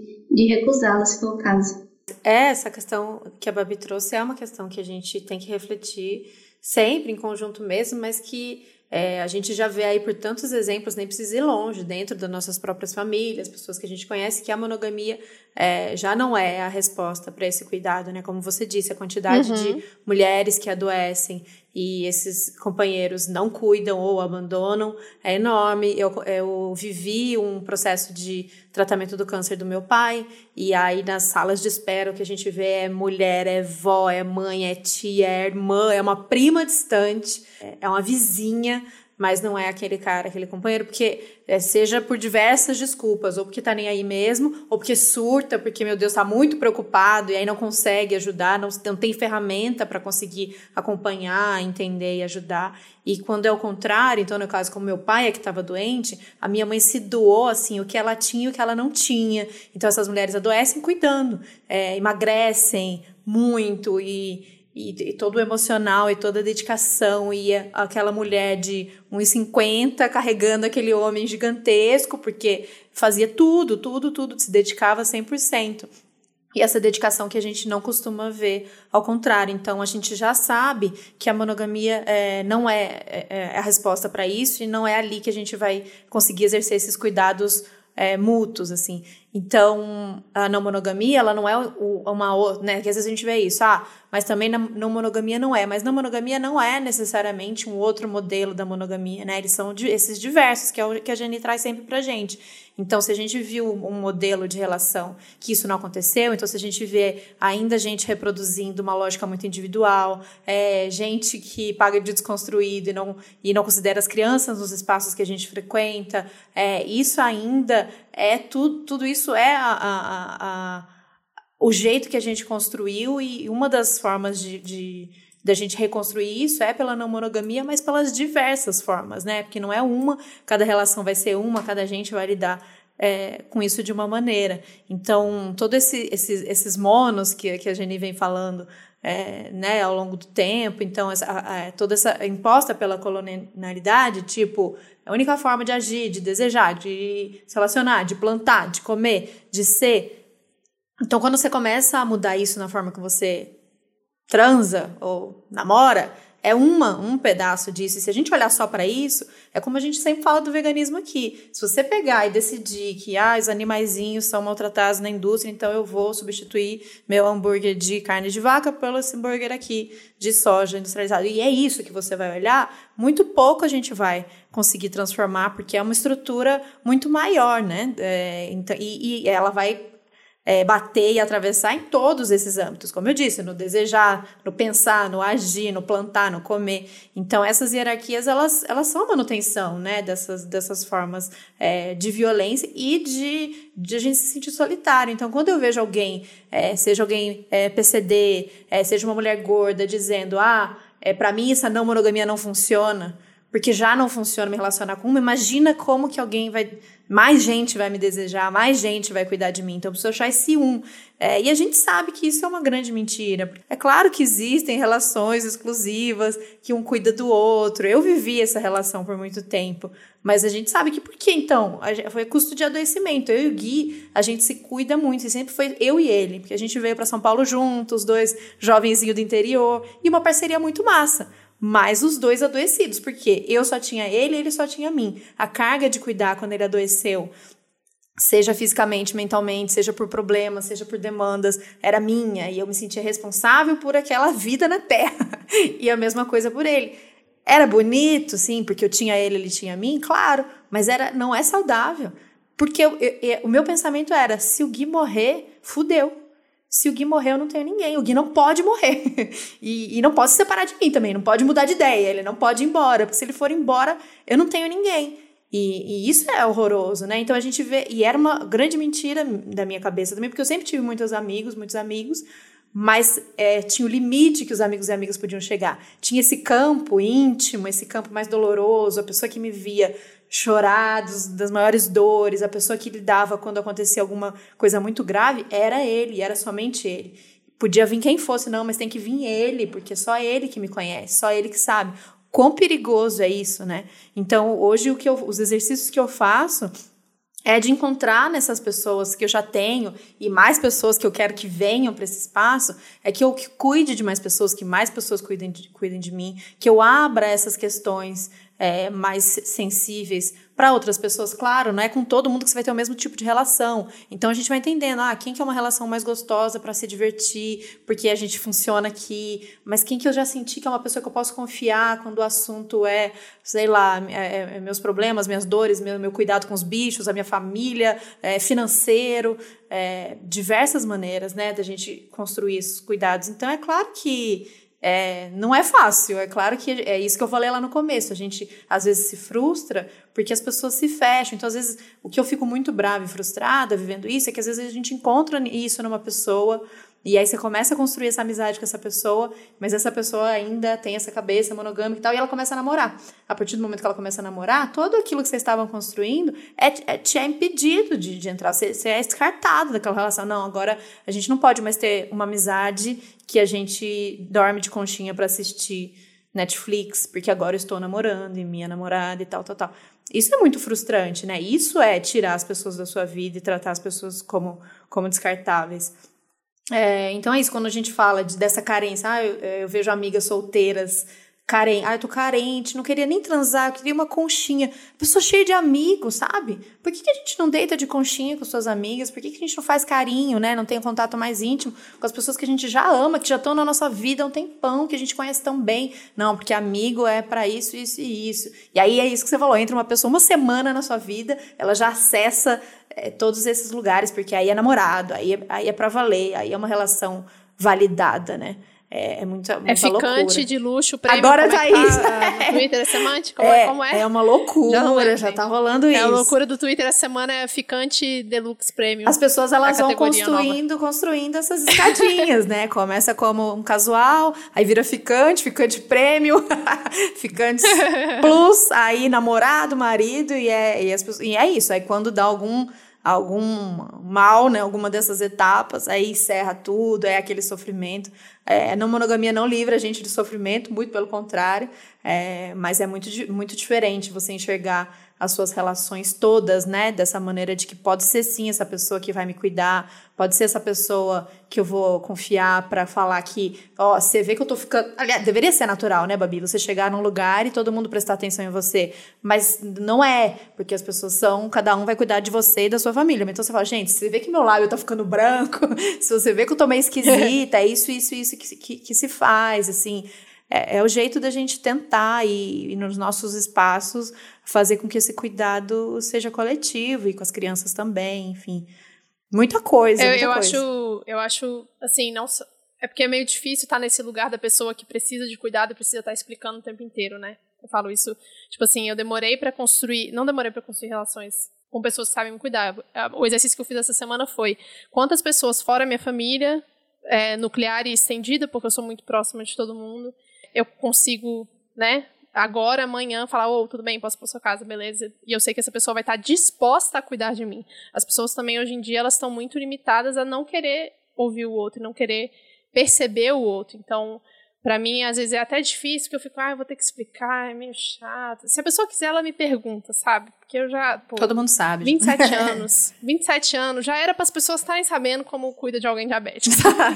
de recusá-lo, se for o caso. Essa questão que a Babi trouxe é uma questão que a gente tem que refletir sempre em conjunto mesmo, mas que a gente já vê aí por tantos exemplos, nem precisa ir longe, dentro das nossas próprias famílias, pessoas que a gente conhece, que a monogamia já não é a resposta para esse cuidado, né? Como você disse, a quantidade de mulheres que adoecem e esses companheiros não cuidam ou abandonam é enorme. Eu vivi um processo de tratamento do câncer do meu pai, e aí nas salas de espera o que a gente vê é mulher, é vó, é mãe, é tia, é irmã, é uma prima distante, é uma vizinha, mas não é aquele cara, aquele companheiro, porque seja por diversas desculpas, ou porque tá nem aí mesmo, ou porque surta, porque, meu Deus, tá muito preocupado e aí não consegue ajudar, não tem ferramenta para conseguir acompanhar, entender e ajudar. E quando é o contrário, então no caso como meu pai que estava doente, a minha mãe se doou, assim, o que ela tinha e o que ela não tinha. Então essas mulheres adoecem cuidando, emagrecem muito e todo o emocional e toda a dedicação, e aquela mulher de 1,50 carregando aquele homem gigantesco, porque fazia tudo, se dedicava 100%. E essa dedicação que a gente não costuma ver, ao contrário. Então, a gente já sabe que a monogamia não é a resposta para isso, e não é ali que a gente vai conseguir exercer esses cuidados mútuos, assim. Então, a não monogamia, ela não é uma... né, que às vezes a gente vê isso, mas também na não monogamia não é. Mas não monogamia não é necessariamente um outro modelo da monogamia, né? Eles são esses diversos, que é o que a Jenny traz sempre pra gente. Então, se a gente viu um modelo de relação que isso não aconteceu, então se a gente vê ainda gente reproduzindo uma lógica muito individual, gente que paga de desconstruído e não considera as crianças nos espaços que a gente frequenta, isso ainda tudo isso o jeito que a gente construiu, e uma das formas da gente reconstruir isso é pela não monogamia, mas pelas diversas formas, né? Porque não é cada relação vai ser cada gente vai lidar com isso de uma maneira. Então, todos esses monos que a Jenny vem falando né, ao longo do tempo, então toda essa imposta pela colonialidade, tipo, a única forma de agir, de desejar, de se relacionar, de plantar, de comer, de ser. Então, quando você começa a mudar isso na forma que você transa ou namora, é um pedaço disso. E se a gente olhar só para isso, é como a gente sempre fala do veganismo aqui. Se você pegar e decidir que os animaizinhos são maltratados na indústria, então eu vou substituir meu hambúrguer de carne de vaca pelo esse hambúrguer aqui de soja industrializado. E é isso que você vai olhar, muito pouco a gente vai conseguir transformar, porque é uma estrutura muito maior, né? E ela vai bater e atravessar em todos esses âmbitos, como eu disse, no desejar, no pensar, no agir, no plantar, no comer. Então, essas hierarquias, elas são a manutenção, né, dessas formas de violência e de a gente se sentir solitário. Então, quando eu vejo alguém, seja alguém PCD, seja uma mulher gorda, dizendo, para mim essa não monogamia não funciona, porque já não funciona me relacionar com uma, imagina como que mais gente vai me desejar, mais gente vai cuidar de mim, então eu preciso achar esse e a gente sabe que isso é uma grande mentira. É claro que existem relações exclusivas, que um cuida do outro, eu vivi essa relação por muito tempo, mas a gente sabe que por que então? Foi custo de adoecimento. Eu e o Gui, a gente se cuida muito, e sempre foi eu e ele, porque a gente veio para São Paulo juntos, 2 jovenzinhos do interior, e uma parceria muito massa. Mas os 2 adoecidos, porque eu só tinha ele e ele só tinha mim. A carga de cuidar quando ele adoeceu, seja fisicamente, mentalmente, seja por problemas, seja por demandas, era minha. E eu me sentia responsável por aquela vida na Terra. E a mesma coisa por ele. Era bonito, sim, porque eu tinha ele tinha mim, claro. Mas não é saudável. Porque o meu pensamento era, se o Gui morrer, fudeu. Se o Gui morrer, eu não tenho ninguém. O Gui não pode morrer. E não pode se separar de mim também. Não pode mudar de ideia. Ele não pode ir embora. Porque se ele for embora, eu não tenho ninguém. E isso é horroroso, né? Então a gente vê... E era uma grande mentira da minha cabeça também. Porque eu sempre tive muitos amigos. mas tinha o limite que os amigos e amigas podiam chegar. Tinha esse campo íntimo, esse campo mais doloroso, a pessoa que me via chorar das maiores dores, a pessoa que lidava quando acontecia alguma coisa muito grave, era ele, era somente ele. Podia vir quem fosse, não, mas tem que vir ele, porque só ele que me conhece, só ele que sabe. Quão perigoso é isso, né? Então, hoje, os exercícios que eu faço é de encontrar nessas pessoas que eu já tenho e mais pessoas que eu quero que venham para esse espaço, é que eu cuide de mais pessoas, que mais pessoas cuidem de mim, que eu abra essas questões mais sensíveis para outras pessoas. Claro, não é com todo mundo que você vai ter o mesmo tipo de relação. Então, a gente vai entendendo, quem que é uma relação mais gostosa para se divertir, porque a gente funciona aqui, mas quem que eu já senti que é uma pessoa que eu posso confiar quando o assunto sei lá, meus problemas, minhas dores, meu cuidado com os bichos, a minha família, financeiro, diversas maneiras, né, da gente construir esses cuidados. Então, é claro que não é fácil, é claro que é isso que eu falei lá no começo, a gente às vezes se frustra porque as pessoas se fecham, então às vezes o que eu fico muito brava e frustrada vivendo isso é que às vezes a gente encontra isso numa pessoa e aí você começa a construir essa amizade com essa pessoa, mas essa pessoa ainda tem essa cabeça monogâmica e tal, e ela começa a namorar. A partir do momento que ela começa a namorar, tudo aquilo que vocês estavam construindo te é impedido de entrar, você é descartado daquela relação. Não, agora a gente não pode mais ter uma amizade que a gente dorme de conchinha para assistir Netflix, porque agora eu estou namorando e minha namorada e tal. Isso é muito frustrante, né? Isso é tirar as pessoas da sua vida e tratar as pessoas como descartáveis. Então é isso, quando a gente fala dessa carência, eu vejo amigas solteiras carente, eu tô carente, não queria nem transar, eu queria uma conchinha. Pessoa cheia de amigos, sabe? Por que a gente não deita de conchinha com suas amigas? Por que a gente não faz carinho, né? Não tem um contato mais íntimo com as pessoas que a gente já ama, que já estão na nossa vida há um tempão, que a gente conhece tão bem? Não, porque amigo é pra isso, isso e isso. E aí é isso que você falou, entra uma pessoa uma semana na sua vida, ela já acessa todos esses lugares, porque aí é namorado, aí é pra valer, aí é uma relação validada, né? É muita ficante loucura. De luxo, prêmio. Agora já isso. No Twitter essa semana? Como é? É uma loucura, já tá rolando isso. A loucura do Twitter essa semana é ficante deluxe prêmio. As pessoas, elas vão construindo essas escadinhas, né? Começa como um casual, aí vira ficante prêmio, ficante plus, aí namorado, marido, e é isso. Aí quando dá algum mal, né, alguma dessas etapas, aí encerra tudo, é aquele sofrimento. A não monogamia não livra a gente de sofrimento, muito pelo contrário, mas é muito, muito diferente você enxergar as suas relações todas, né, dessa maneira de que pode ser sim essa pessoa que vai me cuidar, pode ser essa pessoa que eu vou confiar para falar que, você vê que eu tô ficando... Aliás, deveria ser natural, né, Babi? Você chegar num lugar e todo mundo prestar atenção em você, mas não é, porque as pessoas cada um vai cuidar de você e da sua família. Então você fala, gente, se você vê que meu lábio tá ficando branco, se você vê que eu tô meio esquisita, é isso que se faz, assim... É o jeito da gente tentar e nos nossos espaços fazer com que esse cuidado seja coletivo e com as crianças também, enfim. Muita coisa. Eu acho, assim, não... É porque é meio difícil estar nesse lugar da pessoa que precisa de cuidado e precisa estar explicando o tempo inteiro, né? Eu falo isso, tipo assim, não demorei pra construir relações com pessoas que sabem me cuidar. O exercício que eu fiz essa semana foi quantas pessoas fora minha família, nuclear e estendida, porque eu sou muito próxima de todo mundo, eu consigo, né, agora, amanhã, falar, tudo bem, posso ir pra sua casa, beleza? E eu sei que essa pessoa vai estar disposta a cuidar de mim. As pessoas também, hoje em dia, elas estão muito limitadas a não querer ouvir o outro, não querer perceber o outro. Então, pra mim, às vezes é até difícil, porque eu fico, eu vou ter que explicar, é meio chato. Se a pessoa quiser, ela me pergunta, sabe? Porque eu já... Todo mundo sabe. 27 anos, já era para as pessoas estarem sabendo como cuida de alguém diabético.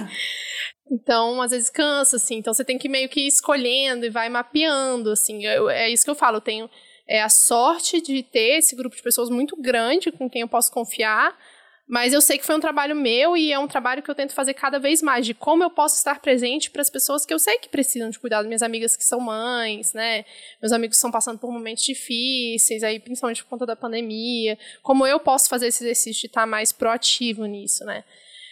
Então, às vezes cansa, assim. Então, você tem que meio que ir escolhendo e vai mapeando, assim. É isso que eu falo. Eu tenho a sorte de ter esse grupo de pessoas muito grande com quem eu posso confiar, mas eu sei que foi um trabalho meu e é um trabalho que eu tento fazer cada vez mais, de como eu posso estar presente para as pessoas que eu sei que precisam de cuidado. Minhas amigas que são mães, né? Meus amigos que estão passando por momentos difíceis, aí, principalmente por conta da pandemia. Como eu posso fazer esse exercício de estar mais proativo nisso, né?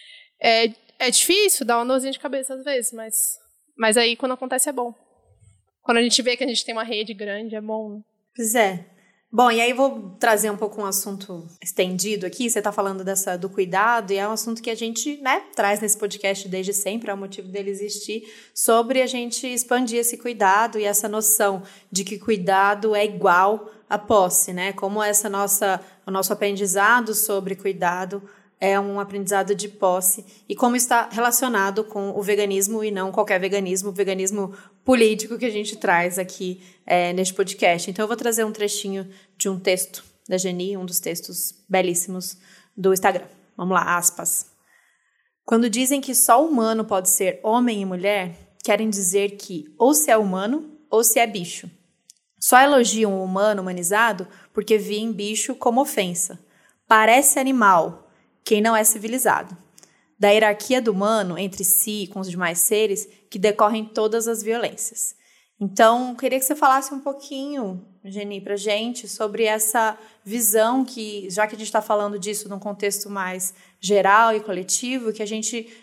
É difícil, dá uma dorzinha de cabeça às vezes, mas aí quando acontece é bom. Quando a gente vê que a gente tem uma rede grande, é bom. Pois é. Bom, e aí vou trazer um pouco um assunto estendido aqui. Você está falando do cuidado, e é um assunto que a gente, né, traz nesse podcast desde sempre, é o motivo dele existir, sobre a gente expandir esse cuidado e essa noção de que cuidado é igual a posse, né? Como o nosso aprendizado sobre cuidado é um aprendizado de posse e como está relacionado com o veganismo e não qualquer veganismo, o veganismo político que a gente traz aqui neste podcast. Então eu vou trazer um trechinho de um texto da Geni, um dos textos belíssimos do Instagram. Vamos lá, aspas. Quando dizem que só humano pode ser homem e mulher, querem dizer que ou se é humano ou se é bicho. Só elogiam o humano humanizado porque veem bicho como ofensa. Parece animal, quem não é civilizado. Da hierarquia do humano entre si e com os demais seres que decorrem todas as violências. Então, queria que você falasse um pouquinho, Geni, pra gente, sobre essa visão que, já que a gente está falando disso num contexto mais geral e coletivo, que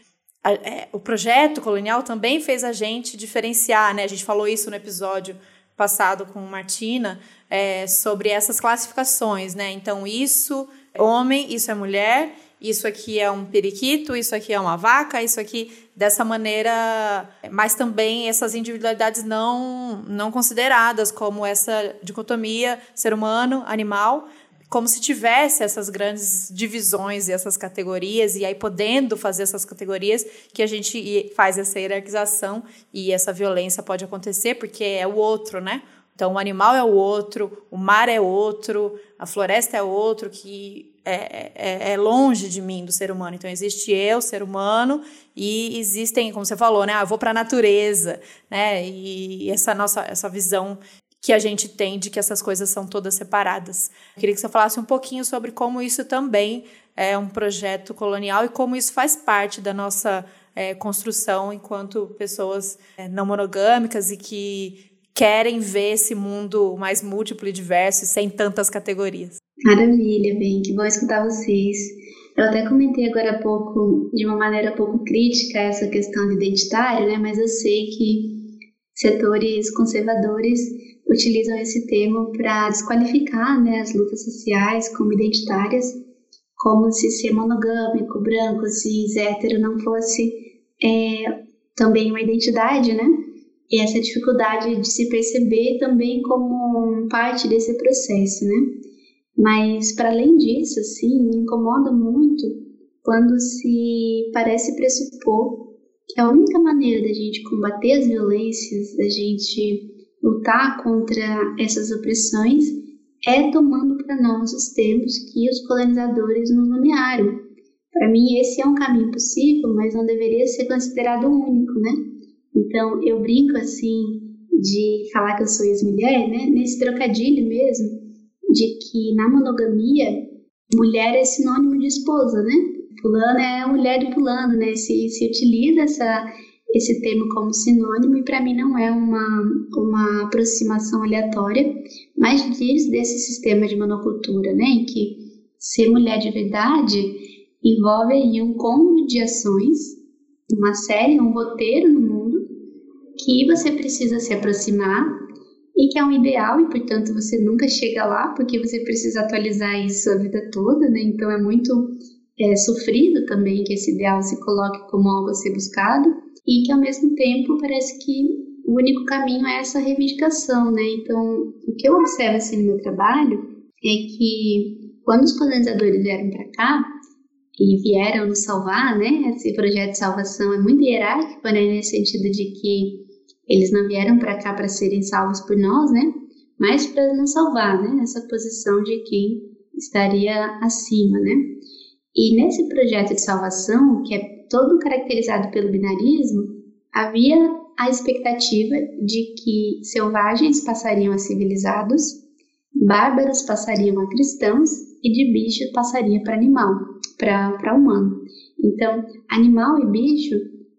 o projeto colonial também fez a gente diferenciar, né? A gente falou isso no episódio passado com Martina, sobre essas classificações, né? Então, isso é homem, isso é mulher, isso aqui é um periquito, isso aqui é uma vaca, isso aqui dessa maneira, mas também essas individualidades não consideradas como essa dicotomia ser humano, animal, como se tivesse essas grandes divisões e essas categorias, e aí podendo fazer essas categorias que a gente faz essa hierarquização e essa violência pode acontecer porque é o outro, né? Então, o animal é o outro, o mar é outro, a floresta é outro, que é longe de mim, do ser humano. Então, existe eu, ser humano, e existem, como você falou, né? Eu vou para a natureza, né? E essa visão que a gente tem de que essas coisas são todas separadas. Eu queria que você falasse um pouquinho sobre como isso também é um projeto colonial e como isso faz parte da nossa construção enquanto pessoas não monogâmicas e que querem ver esse mundo mais múltiplo e diverso e sem tantas categorias. Maravilha, bem, que bom escutar vocês. Eu até comentei agora há pouco, de uma maneira pouco crítica, essa questão de identitário, né? Mas eu sei que setores conservadores utilizam esse termo para desqualificar, né, as lutas sociais como identitárias, como se ser monogâmico, branco, cis, hétero não fosse também uma identidade, né? E essa dificuldade de se perceber também como parte desse processo, né? Mas, para além disso, assim, me incomoda muito quando se parece pressupor que a única maneira da gente combater as violências, da gente lutar contra essas opressões, é tomando para nós os termos que os colonizadores nos nomearam. Para mim, esse é um caminho possível, mas não deveria ser considerado o único, né? Então, eu brinco, assim, de falar que eu sou ex-mulher, né? Nesse trocadilho mesmo, de que na monogamia, mulher é sinônimo de esposa, né? Fulano é a mulher de fulano, né? Se utiliza esse termo como sinônimo e para mim não é uma aproximação aleatória, mas diz desse sistema de monocultura, né? Em que ser mulher de verdade envolve aí um cômulo de ações, uma série, um roteiro no mundo que você precisa se aproximar e que é um ideal e, portanto, você nunca chega lá porque você precisa atualizar isso a vida toda, né? Então é muito sofrido também que esse ideal se coloque como algo a ser buscado e que, ao mesmo tempo, parece que o único caminho é essa reivindicação, né? Então, o que eu observo assim no meu trabalho é que quando os colonizadores vieram para cá e vieram nos salvar, né? Esse projeto de salvação é muito hierárquico, né? Nesse sentido de que eles não vieram para cá para serem salvos por nós, né? Mas para nos salvar, né? Nessa posição de quem estaria acima, né? E nesse projeto de salvação, que é todo caracterizado pelo binarismo, havia a expectativa de que selvagens passariam a civilizados, bárbaros passariam a cristãos e de bicho passaria para animal, para humano. Então, animal e bicho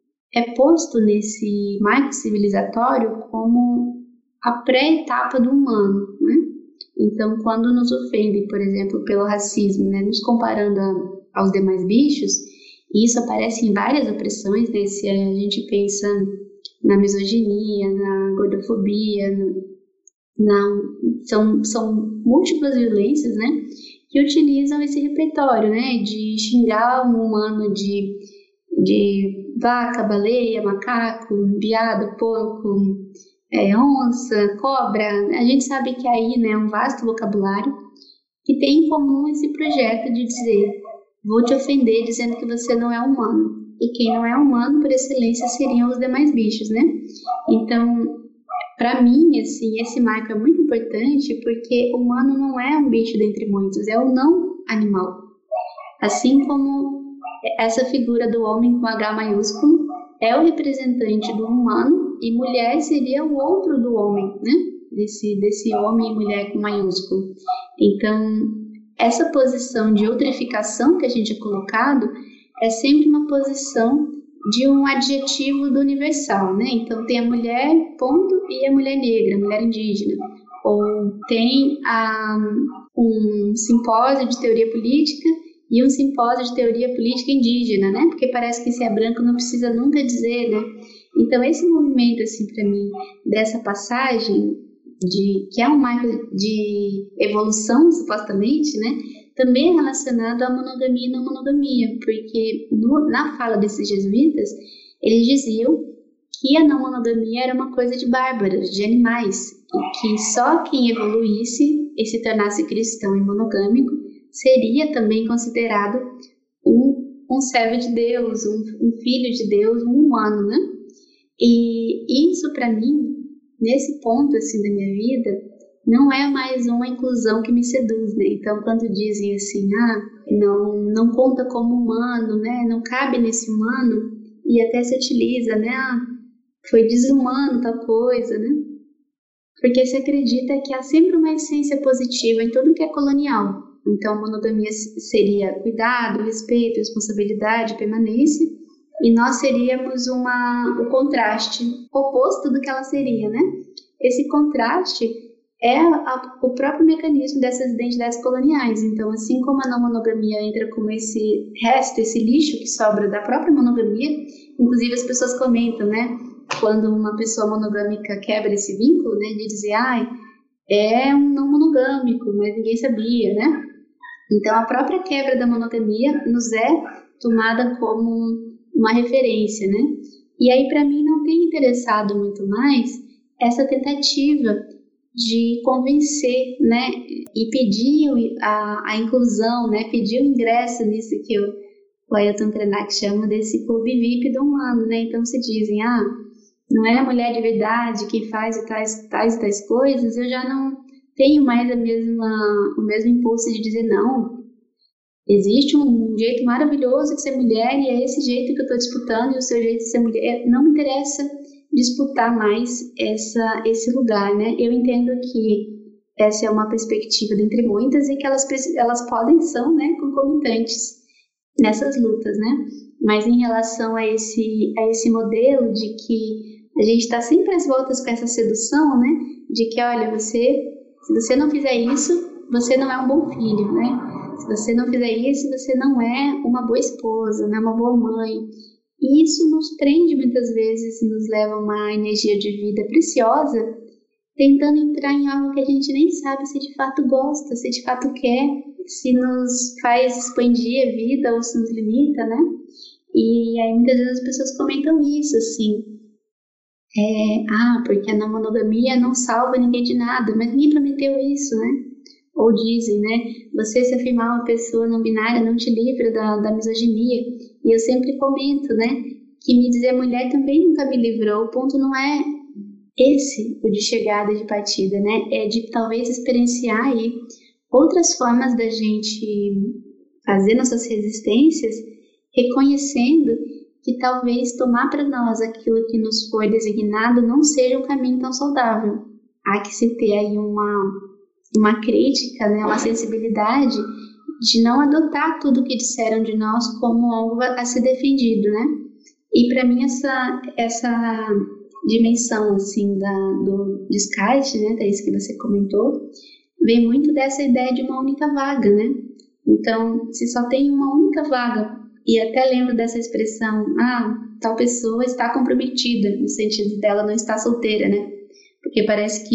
é posto nesse marco civilizatório como a pré-etapa do humano, né? Então, quando nos ofendem, por exemplo, pelo racismo, né, nos comparando aos demais bichos, e isso aparece em várias opressões, né? Se a gente pensa na misoginia, na gordofobia, São múltiplas violências, né, que utilizam esse repertório, né, de xingar um humano de vaca, baleia, macaco, veado, porco, onça, cobra. A gente sabe que aí, né, é um vasto vocabulário que tem em comum esse projeto de dizer: vou te ofender dizendo que você não é humano. E quem não é humano, por excelência, seriam os demais bichos, né? Então, para mim, assim, esse marco é muito importante porque o humano não é um bicho dentre muitos, é o não animal. Assim como essa figura do homem com H maiúsculo é o representante do humano e mulher seria o outro do homem, né? Desse homem e mulher com maiúsculo. Então, essa posição de outrificação que a gente é colocado é sempre uma posição de um adjetivo do universal, né? Então, tem a mulher, ponto, e a mulher negra, a mulher indígena. Ou tem um simpósio de teoria política e um simpósio de teoria política indígena, né? Porque parece que se é branco não precisa nunca dizer, né? Então, esse movimento, assim, para mim, dessa passagem, que é um marco de evolução, supostamente, né? Também é relacionado à monogamia e não monogamia, porque na fala desses jesuítas, eles diziam que a não monogamia era uma coisa de bárbaros, de animais, e que só quem evoluísse e se tornasse cristão e monogâmico seria também considerado um servo de Deus, um filho de Deus, um humano, né? E isso, para mim, nesse ponto assim da minha vida, não é mais uma inclusão que me seduz, né? Então, quando dizem assim, não conta como humano, né? Não cabe nesse humano, e até se utiliza, né? Foi desumano tal coisa, né? Porque se acredita que há sempre uma essência positiva em tudo que é colonial. Então, a monogamia seria cuidado, respeito, responsabilidade, permanência, e nós seríamos o contraste oposto do que ela seria, né? Esse contraste é o próprio mecanismo dessas identidades coloniais. Então, assim como a não monogamia entra como esse resto, esse lixo que sobra da própria monogamia, inclusive as pessoas comentam, né? Quando uma pessoa monogâmica quebra esse vínculo, né? De dizer, é um não monogâmico, mas ninguém sabia, né? Então, a própria quebra da monogamia nos é tomada como uma referência, né? E aí, para mim, não tem interessado muito mais essa tentativa de convencer, né? E pedir a inclusão, né? Pedir o ingresso nisso que o Ailton Krenak chama desse clube VIP do humano, né? Então, se dizem, não é a mulher de verdade que faz tais coisas, eu já não tenho mais o mesmo impulso de dizer não. Existe um jeito maravilhoso de ser mulher e é esse jeito que eu estou disputando, e o seu jeito de ser mulher. Não me interessa disputar mais esse lugar, né? Eu entendo que essa é uma perspectiva dentre muitas e que elas são, né, concomitantes nessas lutas, né? Mas em relação a esse modelo de que a gente está sempre às voltas com essa sedução, né? De que, olha, se você não fizer isso, você não é um bom filho, né? Se você não fizer isso, você não é uma boa esposa, não é uma boa mãe. E isso nos prende muitas vezes e nos leva a uma energia de vida preciosa, tentando entrar em algo que a gente nem sabe se de fato gosta, se de fato quer, se nos faz expandir a vida ou se nos limita, né? E aí muitas vezes as pessoas comentam isso, assim, porque a não monogamia não salva ninguém de nada, mas ninguém prometeu isso, né? Ou dizem, né, você se afirmar uma pessoa não binária não te livra da misoginia. E eu sempre comento, né, que me dizer mulher também nunca me livrou. O ponto não é esse, o de chegada, de partida, né, é de talvez experienciar aí outras formas da gente fazer nossas resistências, reconhecendo que talvez tomar para nós aquilo que nos foi designado não seja um caminho tão saudável. Há que se ter aí uma crítica, né, uma sensibilidade de não adotar tudo que disseram de nós como algo a ser defendido, né? E para mim essa dimensão assim do descarte, né, isso que você comentou, vem muito dessa ideia de uma única vaga, né? Então, se só tem uma única vaga, e até lembro dessa expressão, tal pessoa está comprometida, no sentido dela não estar solteira, né? Porque parece que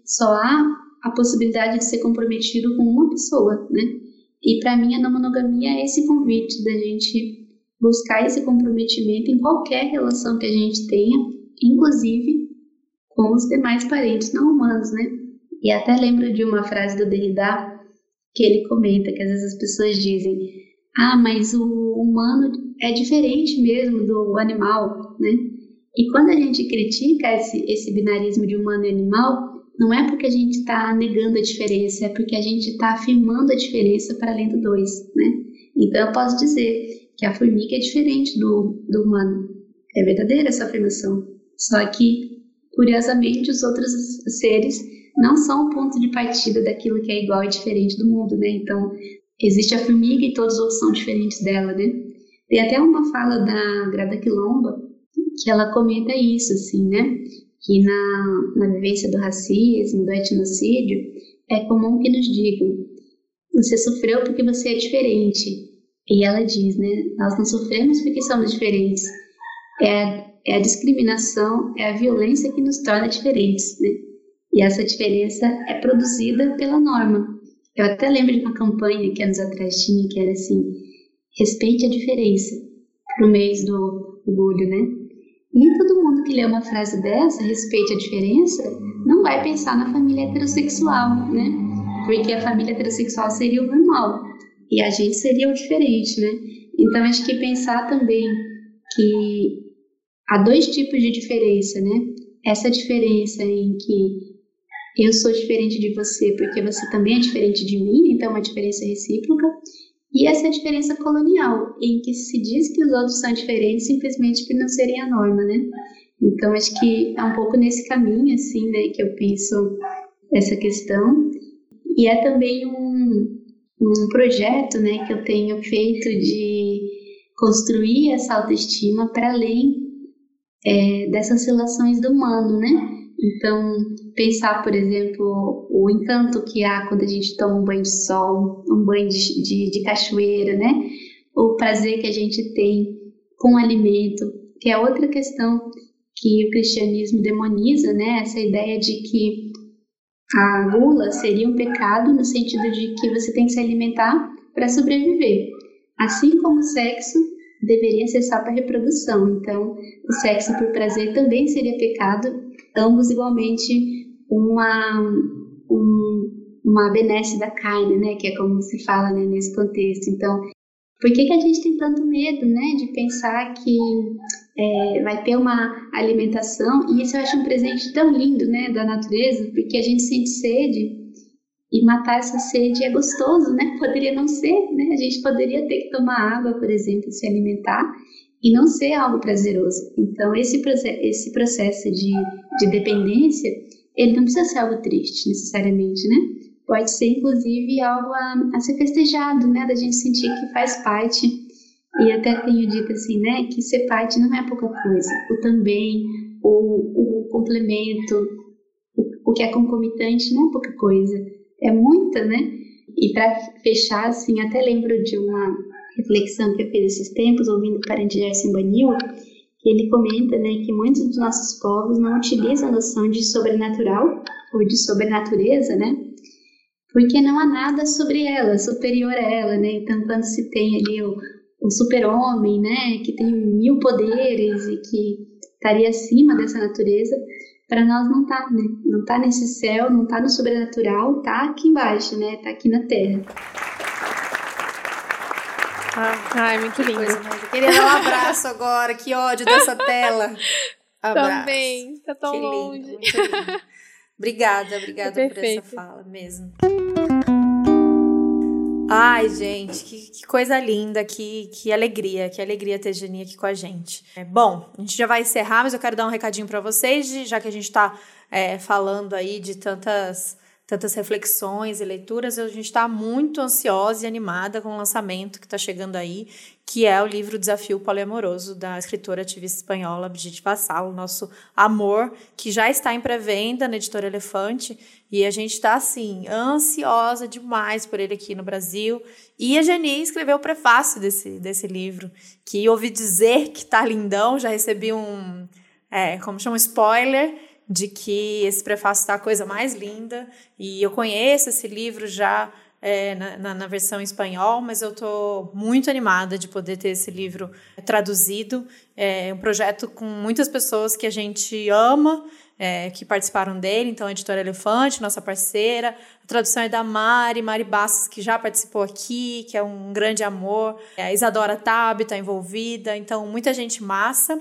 só há a possibilidade de ser comprometido com uma pessoa, né? E para mim a não monogamia é esse convite da gente buscar esse comprometimento em qualquer relação que a gente tenha, inclusive com os demais parentes não humanos, né? E até lembro de uma frase do Derrida que ele comenta, que às vezes as pessoas dizem: mas o humano é diferente mesmo do animal, né? E quando a gente critica esse binarismo de humano e animal, não é porque a gente está negando a diferença, é porque a gente está afirmando a diferença para além do dois, né? Então eu posso dizer que a formiga é diferente do humano. É verdadeira essa afirmação. Só que, curiosamente, os outros seres não são o ponto de partida daquilo que é igual e diferente do mundo, né? Então, existe a formiga e todos os outros são diferentes dela, né? Tem até uma fala da Grada Quilomba que ela comenta isso, assim, né? Que na vivência do racismo, do etnocídio, é comum que nos digam: você sofreu porque você é diferente. E ela diz, né? Nós não sofremos porque somos diferentes. É a discriminação, é a violência que nos torna diferentes, né? E essa diferença é produzida pela norma. Eu até lembro de uma campanha que anos atrás tinha, que era assim: respeite a diferença, pro mês do orgulho, né? E todo mundo que lê uma frase dessa, respeite a diferença, não vai pensar na família heterossexual, né? Porque a família heterossexual seria o normal e a gente seria o diferente, né? Então acho que pensar também que há dois tipos de diferença, né? Essa diferença em que eu sou diferente de você porque você também é diferente de mim, então é uma diferença recíproca. E essa diferença colonial, em que se diz que os outros são diferentes simplesmente por não serem a norma, né? Então, acho que é um pouco nesse caminho, assim, né, que eu penso essa questão. E é também um projeto, né, que eu tenho feito de construir essa autoestima para além dessas relações do humano, né? Então, pensar, por exemplo, o encanto que há quando a gente toma um banho de sol, um banho de cachoeira, né? O prazer que a gente tem com o alimento, que é outra questão que o cristianismo demoniza, né? Essa ideia de que a gula seria um pecado no sentido de que você tem que se alimentar para sobreviver. Assim como o sexo deveria ser só para reprodução. Então, o sexo por prazer também seria pecado, ambos igualmente uma benesse da carne, né? Que é como se fala, né, nesse contexto. Então, por que a gente tem tanto medo, né, de pensar que vai ter uma alimentação? E isso eu acho um presente tão lindo, né, da natureza, porque a gente sente sede e matar essa sede é gostoso, né? Poderia não ser, né? A gente poderia ter que tomar água, por exemplo, se alimentar e não ser algo prazeroso. Então, esse processo de dependência, ele não precisa ser algo triste, necessariamente, né? Pode ser, inclusive, algo a ser festejado, né? Da gente sentir que faz parte. E até tenho dito assim, né? Que ser parte não é pouca coisa. O também, o complemento, o que é concomitante não é pouca coisa. É muita, né? E para fechar, assim, até lembro de uma reflexão que eu fiz esses tempos, ouvindo o parente Gerson Banil, que ele comenta, né, que muitos dos nossos povos não utilizam a noção de sobrenatural ou de sobrenatureza, né? Porque não há nada sobre ela, superior a ela, né? Então, quando se tem ali o super-homem, né, que tem 1000 poderes e que estaria acima dessa natureza, para nós não tá, né? Não tá nesse céu, não tá no sobrenatural, tá aqui embaixo, né? Tá aqui na terra. Ai, muito lindo. Eu queria dar um abraço agora, que ódio dessa tela. Abraço. Também, tá tão que longe. Lindo, muito lindo. Obrigada por essa fala mesmo. Ai, gente, que coisa linda, que alegria ter Geni aqui com a gente. Bom, a gente já vai encerrar, mas eu quero dar um recadinho para vocês, já que a gente tá falando aí de tantas reflexões e leituras, a gente está muito ansiosa e animada com o lançamento que está chegando aí, que é o livro Desafio Poliamoroso, da escritora ativista espanhola Brigitte Vassalo, nosso amor, que já está em pré-venda na Editora Elefante, e a gente está, assim, ansiosa demais por ele aqui no Brasil. E a Geni escreveu o prefácio desse livro, que ouvi dizer que está lindão, já recebi um spoiler, de que esse prefácio está a coisa mais linda, e eu conheço esse livro já na versão em espanhol, mas eu estou muito animada de poder ter esse livro traduzido. É um projeto com muitas pessoas que a gente ama, que participaram dele, então a Editora Elefante, nossa parceira, a tradução é da Mari Bastos, que já participou aqui, que é um grande amor, a Isadora Tabi está envolvida, então muita gente massa.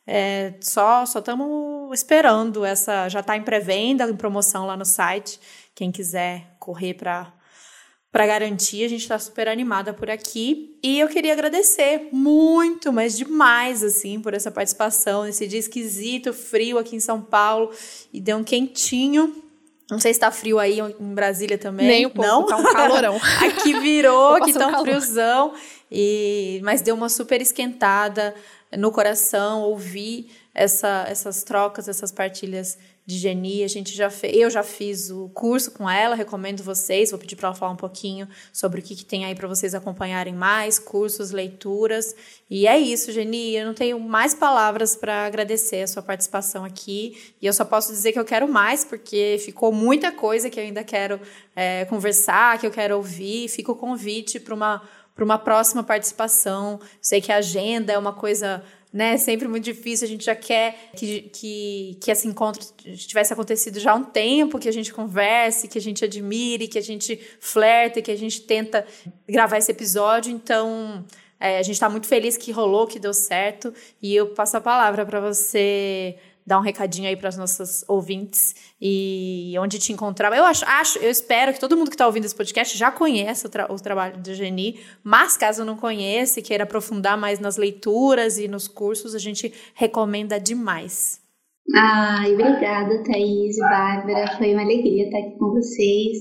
Só estamos esperando já está em pré-venda, em promoção lá no site, quem quiser correr para garantir, a gente está super animada por aqui. E eu queria agradecer muito, mas demais, assim, por essa participação nesse dia esquisito, frio aqui em São Paulo, e deu um quentinho. Não sei se tá frio aí em Brasília também. Nem um pouco, não? Tá um calorão. Aqui virou, aqui tá um friozão, mas deu uma super esquentada no coração, ouvir essas trocas, essas partilhas de Geni. Eu já fiz o curso com ela, recomendo vocês, vou pedir para ela falar um pouquinho sobre o que tem aí para vocês acompanharem mais, cursos, leituras. E é isso, Geni, eu não tenho mais palavras para agradecer a sua participação aqui, e eu só posso dizer que eu quero mais, porque ficou muita coisa que eu ainda quero conversar, que eu quero ouvir. Fica o convite para uma próxima participação. Sei que a agenda é uma coisa, né, sempre muito difícil, a gente já quer que esse encontro tivesse acontecido já há um tempo, que a gente converse, que a gente admire, que a gente flerte, que a gente tenta gravar esse episódio. Então, a gente está muito feliz que rolou, que deu certo, e eu passo a palavra para você dar um recadinho aí para os nossos ouvintes e onde te encontrar. Eu espero que todo mundo que está ouvindo esse podcast já conheça o trabalho do Geni, mas caso não conheça e queira aprofundar mais nas leituras e nos cursos, a gente recomenda demais. Obrigada, Thaís e Bárbara. Foi uma alegria estar aqui com vocês.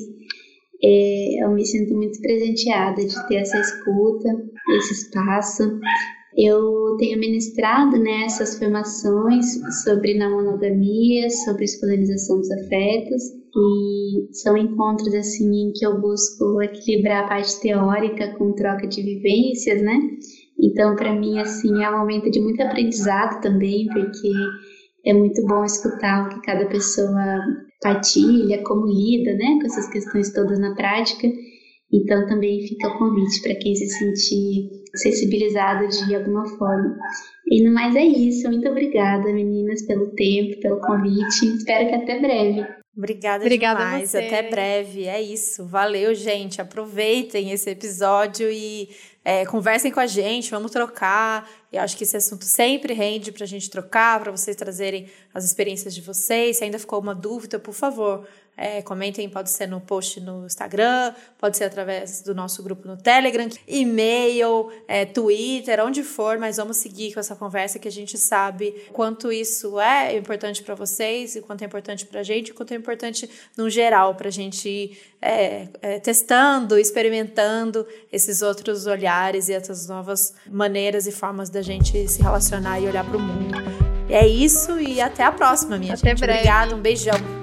Eu me sinto muito presenteada de ter essa escuta, esse espaço. Eu tenho ministrado, né, essas formações sobre não monogamia, sobre descolonização dos afetos, e são encontros assim em que eu busco equilibrar a parte teórica com troca de vivências, né? Então, para mim, assim, é um momento de muito aprendizado também, porque é muito bom escutar o que cada pessoa partilha, como lida, né, com essas questões todas na prática. Então, também fica o convite para quem se sentir sensibilizado de alguma forma. E no mais é isso. Muito obrigada, meninas, pelo tempo, pelo convite. Espero que até breve. Obrigada demais. Até breve. É isso. Valeu, gente. Aproveitem esse episódio e conversem com a gente. Vamos trocar. Eu acho que esse assunto sempre rende para a gente trocar, para vocês trazerem as experiências de vocês. Se ainda ficou uma dúvida, por favor, comentem, pode ser no post no Instagram, pode ser através do nosso grupo no Telegram, e-mail, Twitter, onde for, mas vamos seguir com essa conversa, que a gente sabe quanto isso é importante para vocês, e quanto é importante para a gente, e quanto é importante no geral, para a gente ir testando, experimentando esses outros olhares e essas novas maneiras e formas da gente se relacionar e olhar para o mundo. É isso, e até a próxima, minha gente. Breve. Obrigada, um beijão.